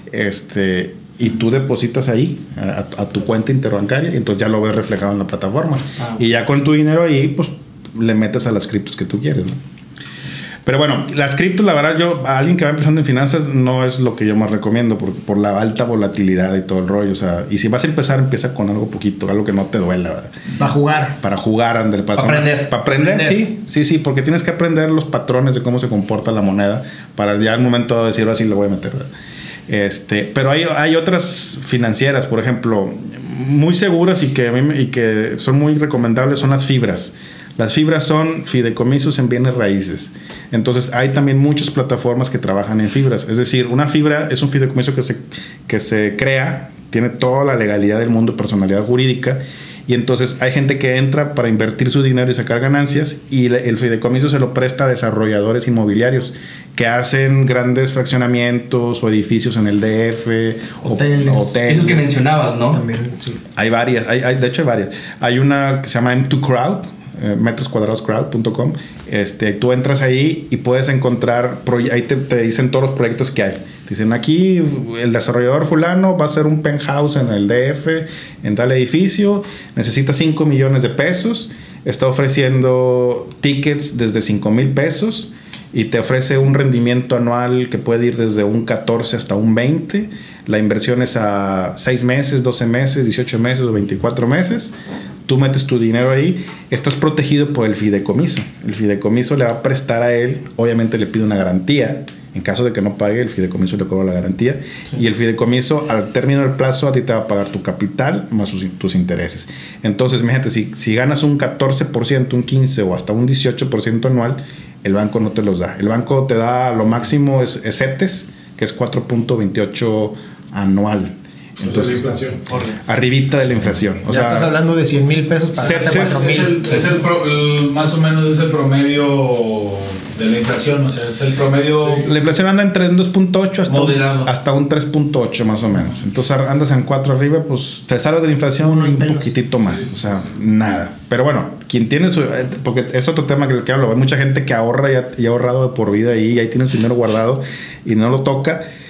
Speaker 5: este, y tú depositas ahí a, a tu cuenta interbancaria, y entonces ya lo ves reflejado en la plataforma. Ah. Y ya con tu dinero ahí, pues le metes a las criptos que tú quieres, ¿no? Pero bueno, las criptos, la verdad, yo a alguien que va empezando en finanzas no es lo que yo más recomiendo por, por la alta volatilidad y todo el rollo. O sea, y si vas a empezar, empieza con algo poquito, algo que no te duela, ¿verdad?
Speaker 4: Para jugar.
Speaker 5: Para jugar, André. Para
Speaker 1: aprender.
Speaker 5: Para aprender, aprender, sí. Sí, sí, porque tienes que aprender los patrones de cómo se comporta la moneda para ya al momento de decirlo así lo voy a meter, ¿verdad? Este, pero hay, hay otras financieras, por ejemplo, muy seguras y que, y que son muy recomendables, son las fibras. Las fibras son fideicomisos en bienes raíces. Entonces hay también muchas plataformas que trabajan en fibras. Es decir, una fibra es un fideicomiso que se, que se crea, tiene toda la legalidad del mundo, personalidad jurídica, y entonces hay gente que entra para invertir su dinero y sacar ganancias, y el fideicomiso se lo presta a desarrolladores inmobiliarios que hacen grandes fraccionamientos o edificios en el D F,
Speaker 4: hoteles,
Speaker 5: o, hoteles.
Speaker 1: Es lo que mencionabas, ¿no?
Speaker 4: También, sí.
Speaker 5: Hay varias, hay, hay, de hecho hay varias. Hay una que se llama M dos Crowd, eh, metros cuadrados crowd punto com. Este, tú entras ahí y puedes encontrar, ahí te, te dicen todos los proyectos que hay. Dicen, aquí el desarrollador fulano va a hacer un penthouse en el D F, en tal edificio, necesita cinco millones de pesos, está ofreciendo tickets desde cinco mil pesos y te ofrece un rendimiento anual que puede ir desde un catorce hasta un veinte. La inversión es a seis meses, doce meses, dieciocho meses o veinticuatro meses. Tú metes tu dinero ahí, estás protegido por el fideicomiso. El fideicomiso le va a prestar a él, obviamente le pide una garantía. En caso de que no pague, el fideicomiso le cobra la garantía. Sí. Y el fideicomiso, al término del plazo, a ti te va a pagar tu capital más sus, tus intereses. Entonces, imagínate, si, si ganas un catorce por ciento, un quince por ciento o hasta un dieciocho por ciento anual, el banco no te los da. El banco te da lo máximo, es, es CETES, que es cuatro punto veintiocho anual. Entonces,
Speaker 2: la inflación.
Speaker 5: Arribita de la inflación. O
Speaker 4: ya
Speaker 5: sea,
Speaker 4: estás hablando de cien mil pesos para
Speaker 5: CETES,
Speaker 4: cuatro mil.
Speaker 3: Es, el, es el, pro, el más o menos es el promedio de la inflación, o sea, es el promedio.
Speaker 5: Sí. La inflación anda entre un dos punto ocho hasta,
Speaker 3: moderado,
Speaker 5: hasta un tres punto ocho más o menos. Entonces andas en cuatro arriba, pues te sales de la inflación un poquitito más. O sea, nada. Pero bueno, quien tiene su. Porque es otro tema que, que hablo. Hay mucha gente que ahorra y ha, y ha ahorrado de por vida y ahí tiene su dinero guardado y no lo toca.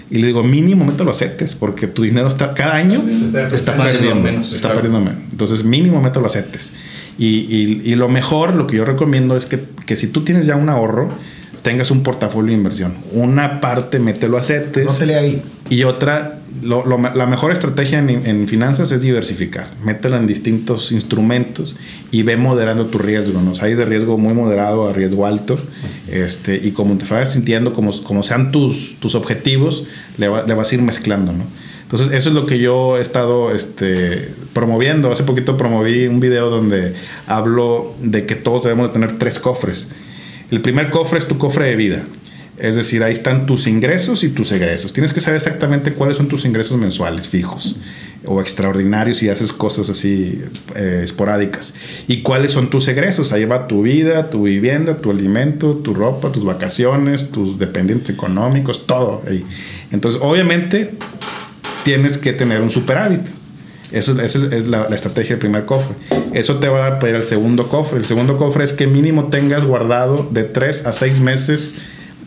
Speaker 5: Y le digo, mínimo mételo a CETES, porque tu dinero está cada año
Speaker 2: está,
Speaker 5: está
Speaker 1: perdiendo
Speaker 5: perdiendo,
Speaker 1: menos,
Speaker 5: está
Speaker 1: claro.
Speaker 5: perdiendo menos. Entonces, mínimo mételo a CETES. Y, y, y lo mejor, lo que yo recomiendo es que, que si tú tienes ya un ahorro, tengas un portafolio de inversión. Una parte mételo a CETES.
Speaker 4: Nótele ahí.
Speaker 5: Y otra, lo, lo, la mejor estrategia en, en finanzas es diversificar. Métela en distintos instrumentos y ve moderando tu riesgo, ¿no? O sea, hay de riesgo muy moderado a riesgo alto. Este, y como te vas sintiendo, como, como sean tus, tus objetivos, le, va, le vas a ir mezclando, ¿no? Entonces, eso es lo que yo he estado este, promoviendo. Hace poquito promoví un video donde hablo de que todos debemos de tener tres cofres. El primer cofre es tu cofre de vida. Es decir, ahí están tus ingresos y tus egresos. Tienes que saber exactamente cuáles son tus ingresos mensuales fijos o extraordinarios si haces cosas así eh, esporádicas. Y cuáles son tus egresos. Ahí va tu vida, tu vivienda, tu alimento, tu ropa, tus vacaciones, tus dependientes económicos, todo ahí. Entonces, obviamente, tienes que tener un superávit. Eso, eso es la, la estrategia del primer cofre. Eso te va a dar para ir al segundo cofre. El segundo cofre es que mínimo tengas guardado de tres a seis meses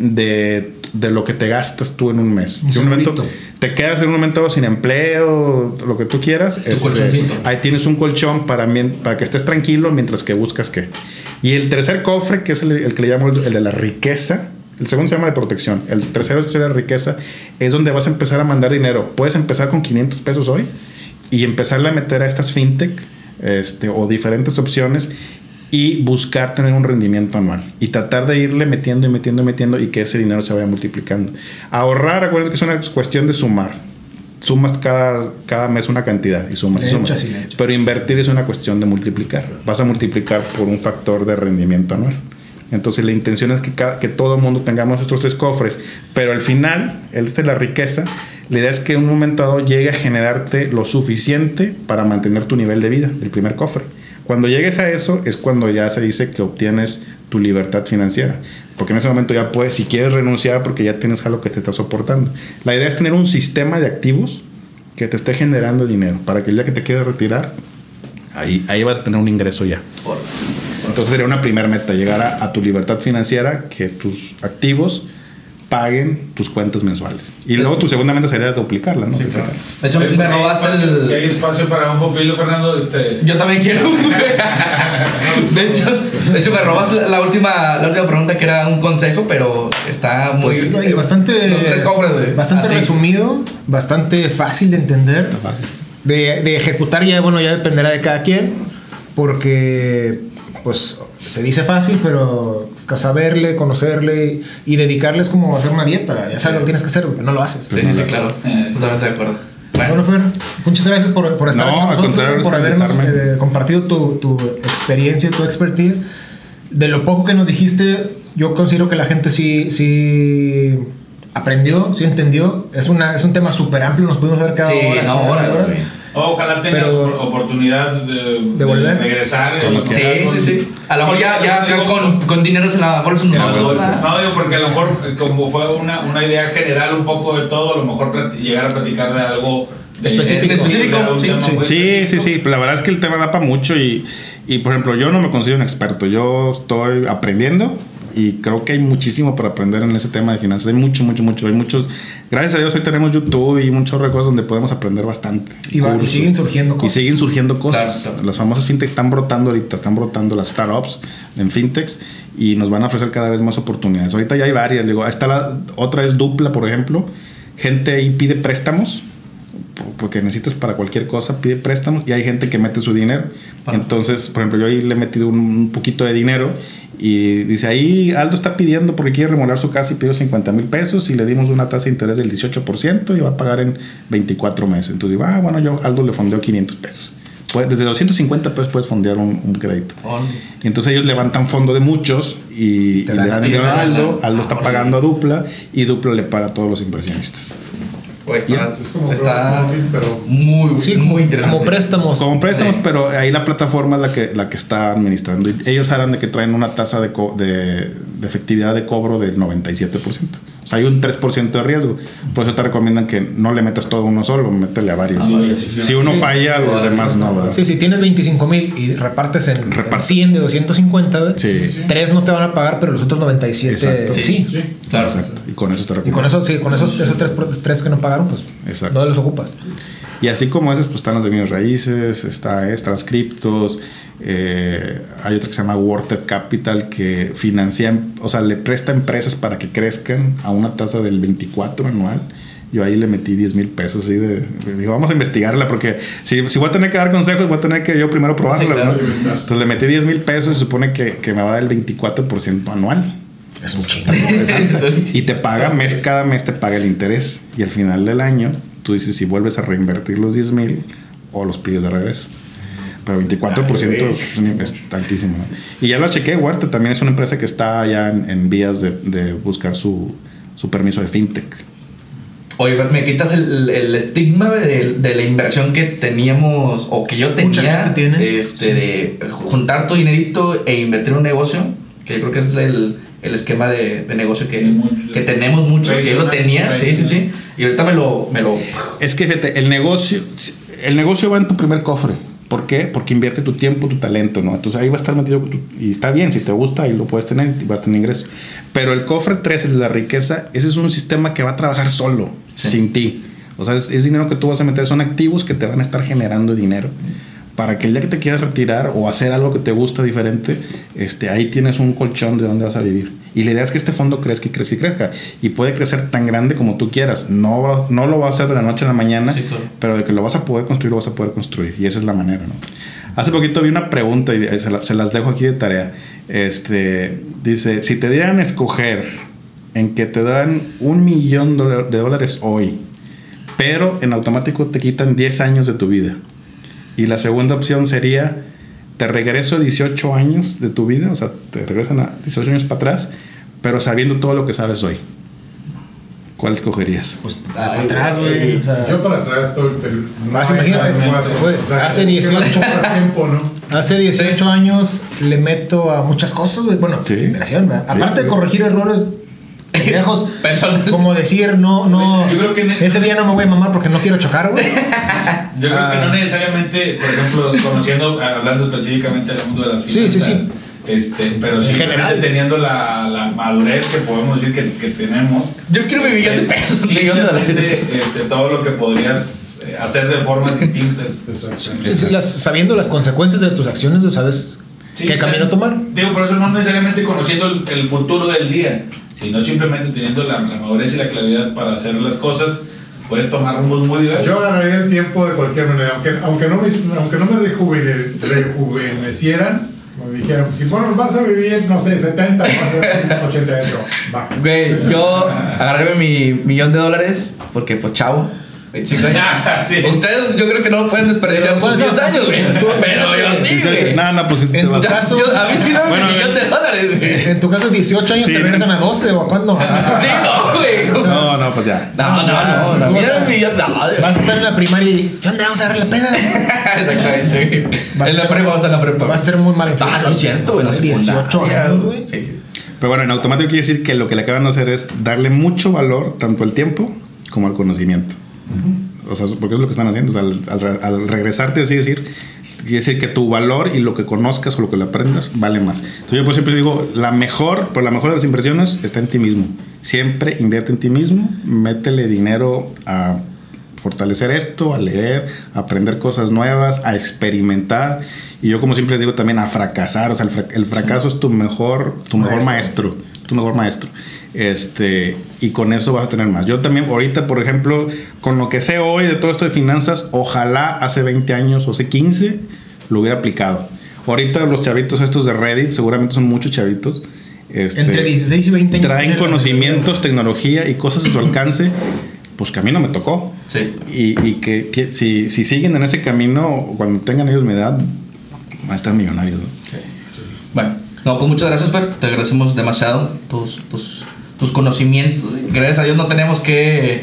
Speaker 5: de, de lo que te gastas tú en un mes.
Speaker 4: Un
Speaker 5: un momento
Speaker 4: segurito.
Speaker 5: te quedas en un momento sin empleo, lo que tú quieras.
Speaker 1: Tu colchoncito.
Speaker 5: Ahí tienes un colchón para, para que estés tranquilo mientras que buscas qué. Y el tercer cofre, que es el, el que le llamo el, el de la riqueza. El segundo se llama de protección. El tercero es de la riqueza. Es donde vas a empezar a mandar dinero. Puedes empezar con quinientos pesos hoy y empezarle a meter a estas fintech este, o diferentes opciones y buscar tener un rendimiento anual y tratar de irle metiendo y metiendo y metiendo y que ese dinero se vaya multiplicando. Ahorrar, acuérdense que es una cuestión de sumar. Sumas cada, cada mes una cantidad y sumas y sumas.
Speaker 4: Lechas y lechas.
Speaker 5: Pero invertir es una cuestión de multiplicar. Vas a multiplicar por un factor de rendimiento anual. Entonces la intención es que, cada, que todo el mundo tengamos estos tres cofres, pero al final, este de la riqueza, la idea es que en un momento dado llegue a generarte lo suficiente para mantener tu nivel de vida, el primer cofre. Cuando llegues a eso es cuando ya se dice que obtienes tu libertad financiera, porque en ese momento ya puedes, si quieres renunciar porque ya tienes algo que te está soportando. La idea es tener un sistema de activos que te esté generando dinero, para que el día que te quieras retirar, ahí, ahí vas a tener un ingreso ya. Entonces sería una primera meta, llegar a, a tu libertad financiera, que tus activos paguen tus cuentas mensuales. Y luego tu segunda meta sería duplicarla, ¿no?
Speaker 1: Sí,
Speaker 5: Duplicar.
Speaker 1: claro. De hecho,
Speaker 3: Oye,
Speaker 1: me
Speaker 3: pues, si hay
Speaker 1: robaste
Speaker 3: espacio-
Speaker 1: el...
Speaker 3: Si hay espacio para un pupilo, Fernando, este...
Speaker 1: Yo también quiero. de, hecho, de hecho, me robaste la, la última, la última pregunta, que era un consejo, pero está muy...
Speaker 4: Pues, oye, bastante,
Speaker 1: los tres cofres, güey.
Speaker 4: bastante
Speaker 1: Así.
Speaker 4: resumido, bastante fácil de entender. De, de ejecutar ya, bueno, ya dependerá de cada quien, porque pues se dice fácil, pero es que saberle, conocerle y, y dedicarle es como hacer una dieta. Ya sabes lo que tienes que hacer, porque no lo haces.
Speaker 1: Sí, sí, sí, claro. Totalmente de acuerdo.
Speaker 4: Bueno, Fer, muchas gracias por, por estar
Speaker 5: No,
Speaker 4: aquí con
Speaker 5: al
Speaker 4: nosotros,
Speaker 5: contrario,
Speaker 4: por
Speaker 5: por
Speaker 4: habernos
Speaker 5: invitarme.
Speaker 4: eh, compartido tu, tu experiencia, tu expertise. De lo poco que nos dijiste, yo considero que la gente sí, sí aprendió, sí entendió. Es, una, es un tema súper amplio, nos pudimos haber quedado
Speaker 1: Sí,
Speaker 4: horas,
Speaker 1: no,
Speaker 4: y horas, y
Speaker 1: horas,
Speaker 4: horas.
Speaker 1: güey.
Speaker 3: Ojalá tengas
Speaker 4: Pero-
Speaker 3: oportunidad de,
Speaker 4: ¿De volver?
Speaker 3: regresar.
Speaker 5: Como
Speaker 3: eh,
Speaker 5: quieras.
Speaker 1: Sí,
Speaker 3: con-
Speaker 1: sí, sí. A lo mejor ya, ya acá
Speaker 3: Digo,
Speaker 1: con, con dineros en la bolsa
Speaker 3: en la
Speaker 1: nosotros.
Speaker 3: bolsa.
Speaker 1: ¿verdad?
Speaker 3: No, digo, porque a lo mejor, eh, como fue una, una idea general un poco de todo, a lo mejor plat- llegar a platicar de algo de-
Speaker 4: Específico.
Speaker 3: de- de-
Speaker 1: Específico,
Speaker 3: de un
Speaker 1: sí,
Speaker 3: tema
Speaker 1: sí.
Speaker 3: muy
Speaker 5: Sí, sí,
Speaker 3: específico.
Speaker 5: sí. La verdad es que el tema da para mucho y, y, por ejemplo, yo no me considero un experto. Yo estoy aprendiendo y creo que hay muchísimo para aprender en ese tema de finanzas. Hay mucho, mucho, mucho. Hay muchos... Gracias a Dios hoy tenemos YouTube y muchas otras cosas donde podemos aprender bastante.
Speaker 4: Y, va- y
Speaker 5: Cursos.
Speaker 4: siguen surgiendo
Speaker 5: Y
Speaker 4: cosas.
Speaker 5: siguen surgiendo cosas.
Speaker 1: Claro, claro.
Speaker 5: Las famosas fintechs están brotando ahorita, están brotando las startups en fintechs y nos van a ofrecer cada vez más oportunidades. Ahorita ya hay varias. Digo, ahí está la otra es Dupla, por ejemplo. Gente ahí pide préstamos porque necesitas para cualquier cosa, pide préstamos y hay gente que mete su dinero.
Speaker 1: Para
Speaker 5: Entonces, por ejemplo, yo ahí le he metido un, un poquito de dinero y dice ahí Aldo está pidiendo porque quiere remodelar su casa y pidió cincuenta mil pesos y le dimos una tasa de interés del dieciocho por ciento y va a pagar en veinticuatro meses. Entonces digo, ah, bueno, yo Aldo le fondeo quinientos pesos. Pues, desde doscientos cincuenta pesos puedes fondear un, un crédito. Y entonces ellos levantan fondo de muchos y,
Speaker 4: Te
Speaker 5: y
Speaker 4: dan-
Speaker 5: le dan
Speaker 1: te
Speaker 5: dinero a
Speaker 1: dan
Speaker 5: Aldo.
Speaker 1: la-
Speaker 5: Aldo está
Speaker 1: ah,
Speaker 5: pagando a Dupla y Dupla le paga a todos los inversionistas.
Speaker 1: Pues está,
Speaker 2: Es como
Speaker 1: está
Speaker 2: crowdfunding, pero-
Speaker 1: muy,
Speaker 4: Sí, como,
Speaker 1: muy interesante.
Speaker 4: como préstamos.
Speaker 5: Como préstamos,
Speaker 1: Sí.
Speaker 5: pero ahí la plataforma es la que, la que está administrando. Y ellos hablan de que traen una tasa de, co- de, de efectividad de cobro del noventa y siete por ciento. O sea, hay un tres por ciento de riesgo. Por eso te recomiendan que no le metas todo a uno solo, métele a varios.
Speaker 3: Ah, vale, sí,
Speaker 5: si uno
Speaker 4: sí.
Speaker 5: falla, los demás no, ¿verdad?
Speaker 4: Sí, si tienes veinticinco mil y repartes en
Speaker 5: Reparte.
Speaker 4: cien de doscientos cincuenta, güey,
Speaker 5: Sí.
Speaker 4: tres no te van a pagar, pero los otros noventa y siete
Speaker 5: Exacto.
Speaker 4: sí.
Speaker 1: Sí.
Speaker 2: Sí.
Speaker 1: Claro.
Speaker 5: Exacto. Y con eso te
Speaker 4: Y
Speaker 5: recomiendo.
Speaker 4: con eso, sí, con esos, esos tres, tres que no pagaron, pues
Speaker 5: Exacto.
Speaker 4: no los ocupas.
Speaker 5: Y así como esas, pues están las de bienes raíces, está extras, criptos, eh, hay otra que se llama Worth Capital que financia, o sea, le presta empresas para que crezcan a una tasa del veinticuatro anual. Yo ahí le metí diez mil pesos, ¿sí? De, digo, vamos a investigarla porque si, si voy a tener que dar consejos, voy a tener que yo primero probarlas,
Speaker 1: Sí, claro.
Speaker 5: ¿no? Entonces le metí diez mil pesos y se supone que, que me va a dar el veinticuatro por ciento anual.
Speaker 4: Es un chingo.
Speaker 5: Y te paga mes, cada mes te paga el interés. Y al final del año, tú dices si vuelves a reinvertir los diez mil o los pides de regreso. Pero veinticuatro por ciento
Speaker 1: Ay,
Speaker 5: es, es altísimo, ¿no? Y ya lo chequé, Huerta también es una empresa que está ya en, en vías de, de buscar su, su permiso de fintech.
Speaker 1: Oye, Fer, me quitas el, el estigma de, de la inversión que teníamos o que yo
Speaker 4: Mucha
Speaker 1: tenía,
Speaker 4: gente tiene.
Speaker 1: este, de juntar tu dinerito e invertir en un negocio, que yo creo que es el, el esquema de, de negocio que,
Speaker 3: Mucho.
Speaker 1: que tenemos mucho, que yo lo tenía, sí, sí, sí, y ahorita me lo, me lo
Speaker 5: Es que fíjate, el negocio, el negocio va en tu primer cofre. ¿Por qué? Porque invierte tu tiempo, tu talento, ¿no? Entonces ahí va a estar metido tu, y está bien, si te gusta ahí lo puedes tener y vas a tener ingresos. Pero el cofre tres, el de la riqueza, ese es un sistema que va a trabajar solo,
Speaker 1: Sí.
Speaker 5: sin ti. O sea, es, es dinero que tú vas a meter, son activos que te van a estar generando dinero. Para que el día que te quieras retirar o hacer algo que te gusta diferente, este, ahí tienes un colchón de donde vas a vivir. Y la idea es que este fondo crezca y crezca y crezca. Y puede crecer tan grande como tú quieras. No, no lo vas a hacer de la noche a la mañana,
Speaker 1: Sí, claro.
Speaker 5: pero de que lo vas a poder construir, lo vas a poder construir. Y esa es la manera, ¿no? Hace poquito vi una pregunta y se, la, se las dejo aquí de tarea. Este, dice, si te dieran a escoger en que te dan un millón de dólares hoy, pero en automático te quitan diez años de tu vida. Y la segunda opción sería, te regreso dieciocho años de tu vida, o sea, te regresan a dieciocho años para atrás, pero sabiendo todo lo que sabes hoy. ¿Cuál escogerías?
Speaker 4: Pues para atrás, güey. O sea,
Speaker 2: Yo para atrás estoy. pero no
Speaker 4: Más
Speaker 2: hay
Speaker 4: imagínate,
Speaker 2: nada que pueda hacer.
Speaker 4: güey,
Speaker 2: O sea,
Speaker 4: hace
Speaker 2: es que
Speaker 4: dieciocho
Speaker 2: no compras tiempo, ¿no?
Speaker 4: hace dieciocho años le meto a muchas cosas, güey. Bueno,
Speaker 5: Sí.
Speaker 4: inversión, ¿verdad?
Speaker 5: Sí.
Speaker 4: Aparte de corregir errores viejos,
Speaker 1: Personal.
Speaker 4: como decir, no, no.
Speaker 3: Yo creo que ne-
Speaker 4: ese día no me voy a mamar porque no quiero chocar, güey.
Speaker 3: Yo creo
Speaker 4: Ah.
Speaker 3: que no necesariamente, por ejemplo, conociendo, hablando específicamente del mundo de las
Speaker 4: Sí,
Speaker 3: finanzas,
Speaker 4: sí, sí.
Speaker 3: Este, pero
Speaker 4: En
Speaker 3: simplemente
Speaker 4: general.
Speaker 3: teniendo la, la madurez que podemos decir que, que tenemos.
Speaker 1: Yo quiero mi millón de pesos, un millón de dólares.
Speaker 3: Simplemente, este, todo lo que podrías eh, hacer de formas distintas.
Speaker 2: Exacto.
Speaker 4: Sí, sí, las- sabiendo las consecuencias de tus acciones, tú sabes
Speaker 3: Sí,
Speaker 4: qué
Speaker 3: o
Speaker 4: camino
Speaker 3: sea,
Speaker 4: tomar.
Speaker 3: Digo, por eso no necesariamente conociendo el, el futuro del día, sino simplemente teniendo la, la madurez y la claridad para hacer las cosas, puedes tomar rumbos muy diversos.
Speaker 2: Yo agarraría el tiempo de cualquier manera, aunque, aunque no me, aunque no me rejuvene- rejuvenecieran, me dijeran, si bueno, vas a vivir, no sé, setenta, vas a vivir ochenta y ocho, va.
Speaker 1: Güey, yo agarré mi millón de dólares porque, pues, chavo, veinticinco años.
Speaker 3: Sí.
Speaker 1: Ustedes, yo creo que no lo pueden desperdiciar
Speaker 4: Pero,
Speaker 1: sus
Speaker 4: bueno,
Speaker 1: diez años, güey.
Speaker 4: tú-
Speaker 1: Pero yo sí, güey.
Speaker 5: No, no, pues te
Speaker 4: En tu
Speaker 5: vas-
Speaker 4: caso-
Speaker 1: Yo- a mí sí no
Speaker 5: Bueno,
Speaker 1: mi millón de dólares, güey.
Speaker 4: En tu caso, dieciocho años
Speaker 5: Sí.
Speaker 4: te regresan a doce o a cuándo.
Speaker 1: Sí, no, güey.
Speaker 5: No, no, pues ya.
Speaker 1: No, no, no, no.
Speaker 4: Tú
Speaker 1: Mira
Speaker 4: vas a-
Speaker 1: mi millón de dólares.
Speaker 4: Vas a estar en la primaria y ¿qué onda? Vamos a agarrar la peda.
Speaker 1: Exactamente, güey.
Speaker 4: Vas a
Speaker 1: En la
Speaker 4: ser-
Speaker 1: prepa, vamos a estar en la prepa.
Speaker 4: Vas a ser muy mal
Speaker 1: Ah, no es cierto, güey. En la
Speaker 4: dieciocho
Speaker 1: secundaria,
Speaker 4: años, güey.
Speaker 1: Sí, sí.
Speaker 5: Pero bueno, en automático quiere decir que lo que le acaban de hacer es darle mucho valor tanto al tiempo como al conocimiento. O sea, porque es lo que están haciendo. O sea, al, al, al regresarte así decir, quiere decir que tu valor y lo que conozcas o lo que le aprendas vale más. Entonces yo por siempre digo, la mejor, por la mejor de las inversiones está en ti mismo. Siempre invierte en ti mismo, métele dinero a fortalecer esto, a leer, a aprender cosas nuevas, a experimentar. Y yo como siempre les digo también a fracasar. O sea, el, fra- el fracaso es tu mejor, tu mejor maestro. Tu mejor maestro. Este, y con eso vas a tener más. Yo también ahorita, por ejemplo, con lo que sé hoy de todo esto de finanzas, ojalá hace veinte años o hace quince lo hubiera aplicado. Ahorita los chavitos estos de Reddit, seguramente son muchos chavitos. Este,
Speaker 4: Entre dieciséis y veinte años.
Speaker 5: traen
Speaker 4: tienen-
Speaker 5: conocimientos, tecnología y cosas a su alcance, pues que a mí no me tocó.
Speaker 1: Sí.
Speaker 5: Y, y que, que si, si siguen en ese camino, cuando tengan ellos mi edad, van a estar millonarios, ¿no?
Speaker 1: Bueno, no, pues muchas gracias, Fer. Te agradecemos demasiado tus, tus, tus conocimientos. Gracias a Dios no tenemos que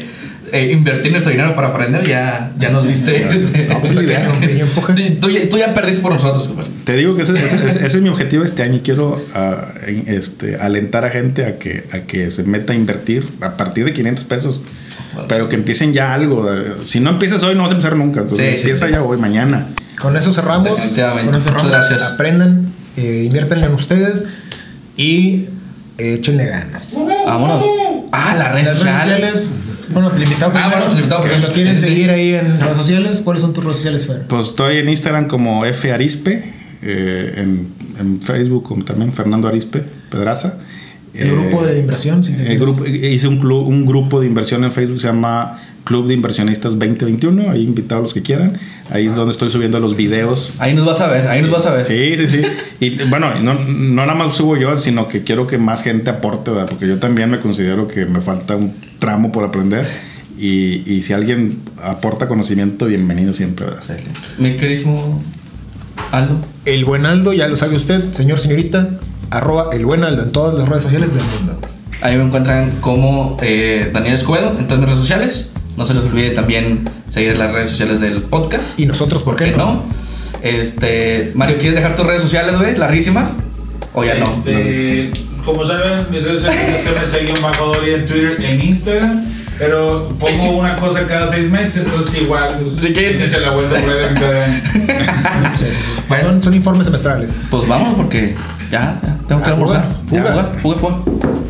Speaker 1: eh, invertir nuestro dinero para aprender, ya, ya nos viste.
Speaker 5: No, pues, la idea.
Speaker 1: tú, ya, tú ya perdiste por nosotros, compadre.
Speaker 5: Te digo que ese, ese, ese, ese es mi objetivo este año y quiero uh, en, este, alentar a gente a que, a que se meta a invertir a partir de quinientos pesos. Vale. Pero que empiecen ya algo. Si no empiezas hoy, no vas a empezar nunca. Entonces sí, empieza sí, ya sí. hoy, mañana.
Speaker 4: Con eso cerramos. Con eso cerramos.
Speaker 1: Muchas gracias.
Speaker 4: Aprendan, eh, inviértanle en ustedes y eh, échenle ganas.
Speaker 1: Vámonos. Ah, las redes
Speaker 4: las
Speaker 1: sociales.
Speaker 4: Redes sociales. Bueno, el invitado primero.
Speaker 1: Ah, bueno, el invitado
Speaker 4: si
Speaker 1: primero.
Speaker 4: lo quieren
Speaker 1: sí,
Speaker 4: seguir
Speaker 1: sí.
Speaker 4: ahí en redes sociales, ¿cuáles son tus redes sociales, Fer?
Speaker 5: Pues estoy en Instagram como F Arispe, eh, en, en Facebook como también Fernando Arispe Pedraza.
Speaker 4: El eh, grupo de inversión. Si
Speaker 5: el grupo, hice un, club, un grupo de inversión en Facebook, se llama Club de Inversionistas veinte veintiuno. Ahí invitados los que quieran. Ahí es donde estoy subiendo los videos.
Speaker 1: Ahí nos vas a ver, ahí nos vas a ver.
Speaker 5: Sí, sí, sí. Y bueno, no, no nada más subo yo, sino que quiero que más gente aporte, ¿verdad? Porque yo también me considero que me falta un tramo por aprender. Y, y si alguien aporta conocimiento, bienvenido siempre, ¿verdad?
Speaker 1: Mi queridísimo Aldo.
Speaker 4: El buen Aldo, ya lo sabe usted, señor, señorita. Arroba el buen Aldo en todas las redes sociales del mundo.
Speaker 1: Ahí me encuentran como eh, Daniel Escobedo en todas mis redes sociales. No se les olvide también seguir las redes sociales del podcast.
Speaker 4: Y nosotros, ¿por qué,
Speaker 1: ¿Por qué no? no? Este, Mario, ¿quieres dejar tus redes sociales, güey? Larguísimas. ¿O ya
Speaker 3: este, no? Como saben, mis redes sociales se me siguen bajo Doria en Twitter, en Instagram. Pero pongo una cosa cada seis meses, entonces igual. Pues,
Speaker 1: sí que
Speaker 3: se la vuelta por ahí de cada
Speaker 4: sí, sí, sí. Bueno, son, son informes semestrales.
Speaker 1: Pues vamos, porque ya, ya tengo que almorzar.
Speaker 4: Fuga,
Speaker 1: fuga, fuga, fuga. fuga.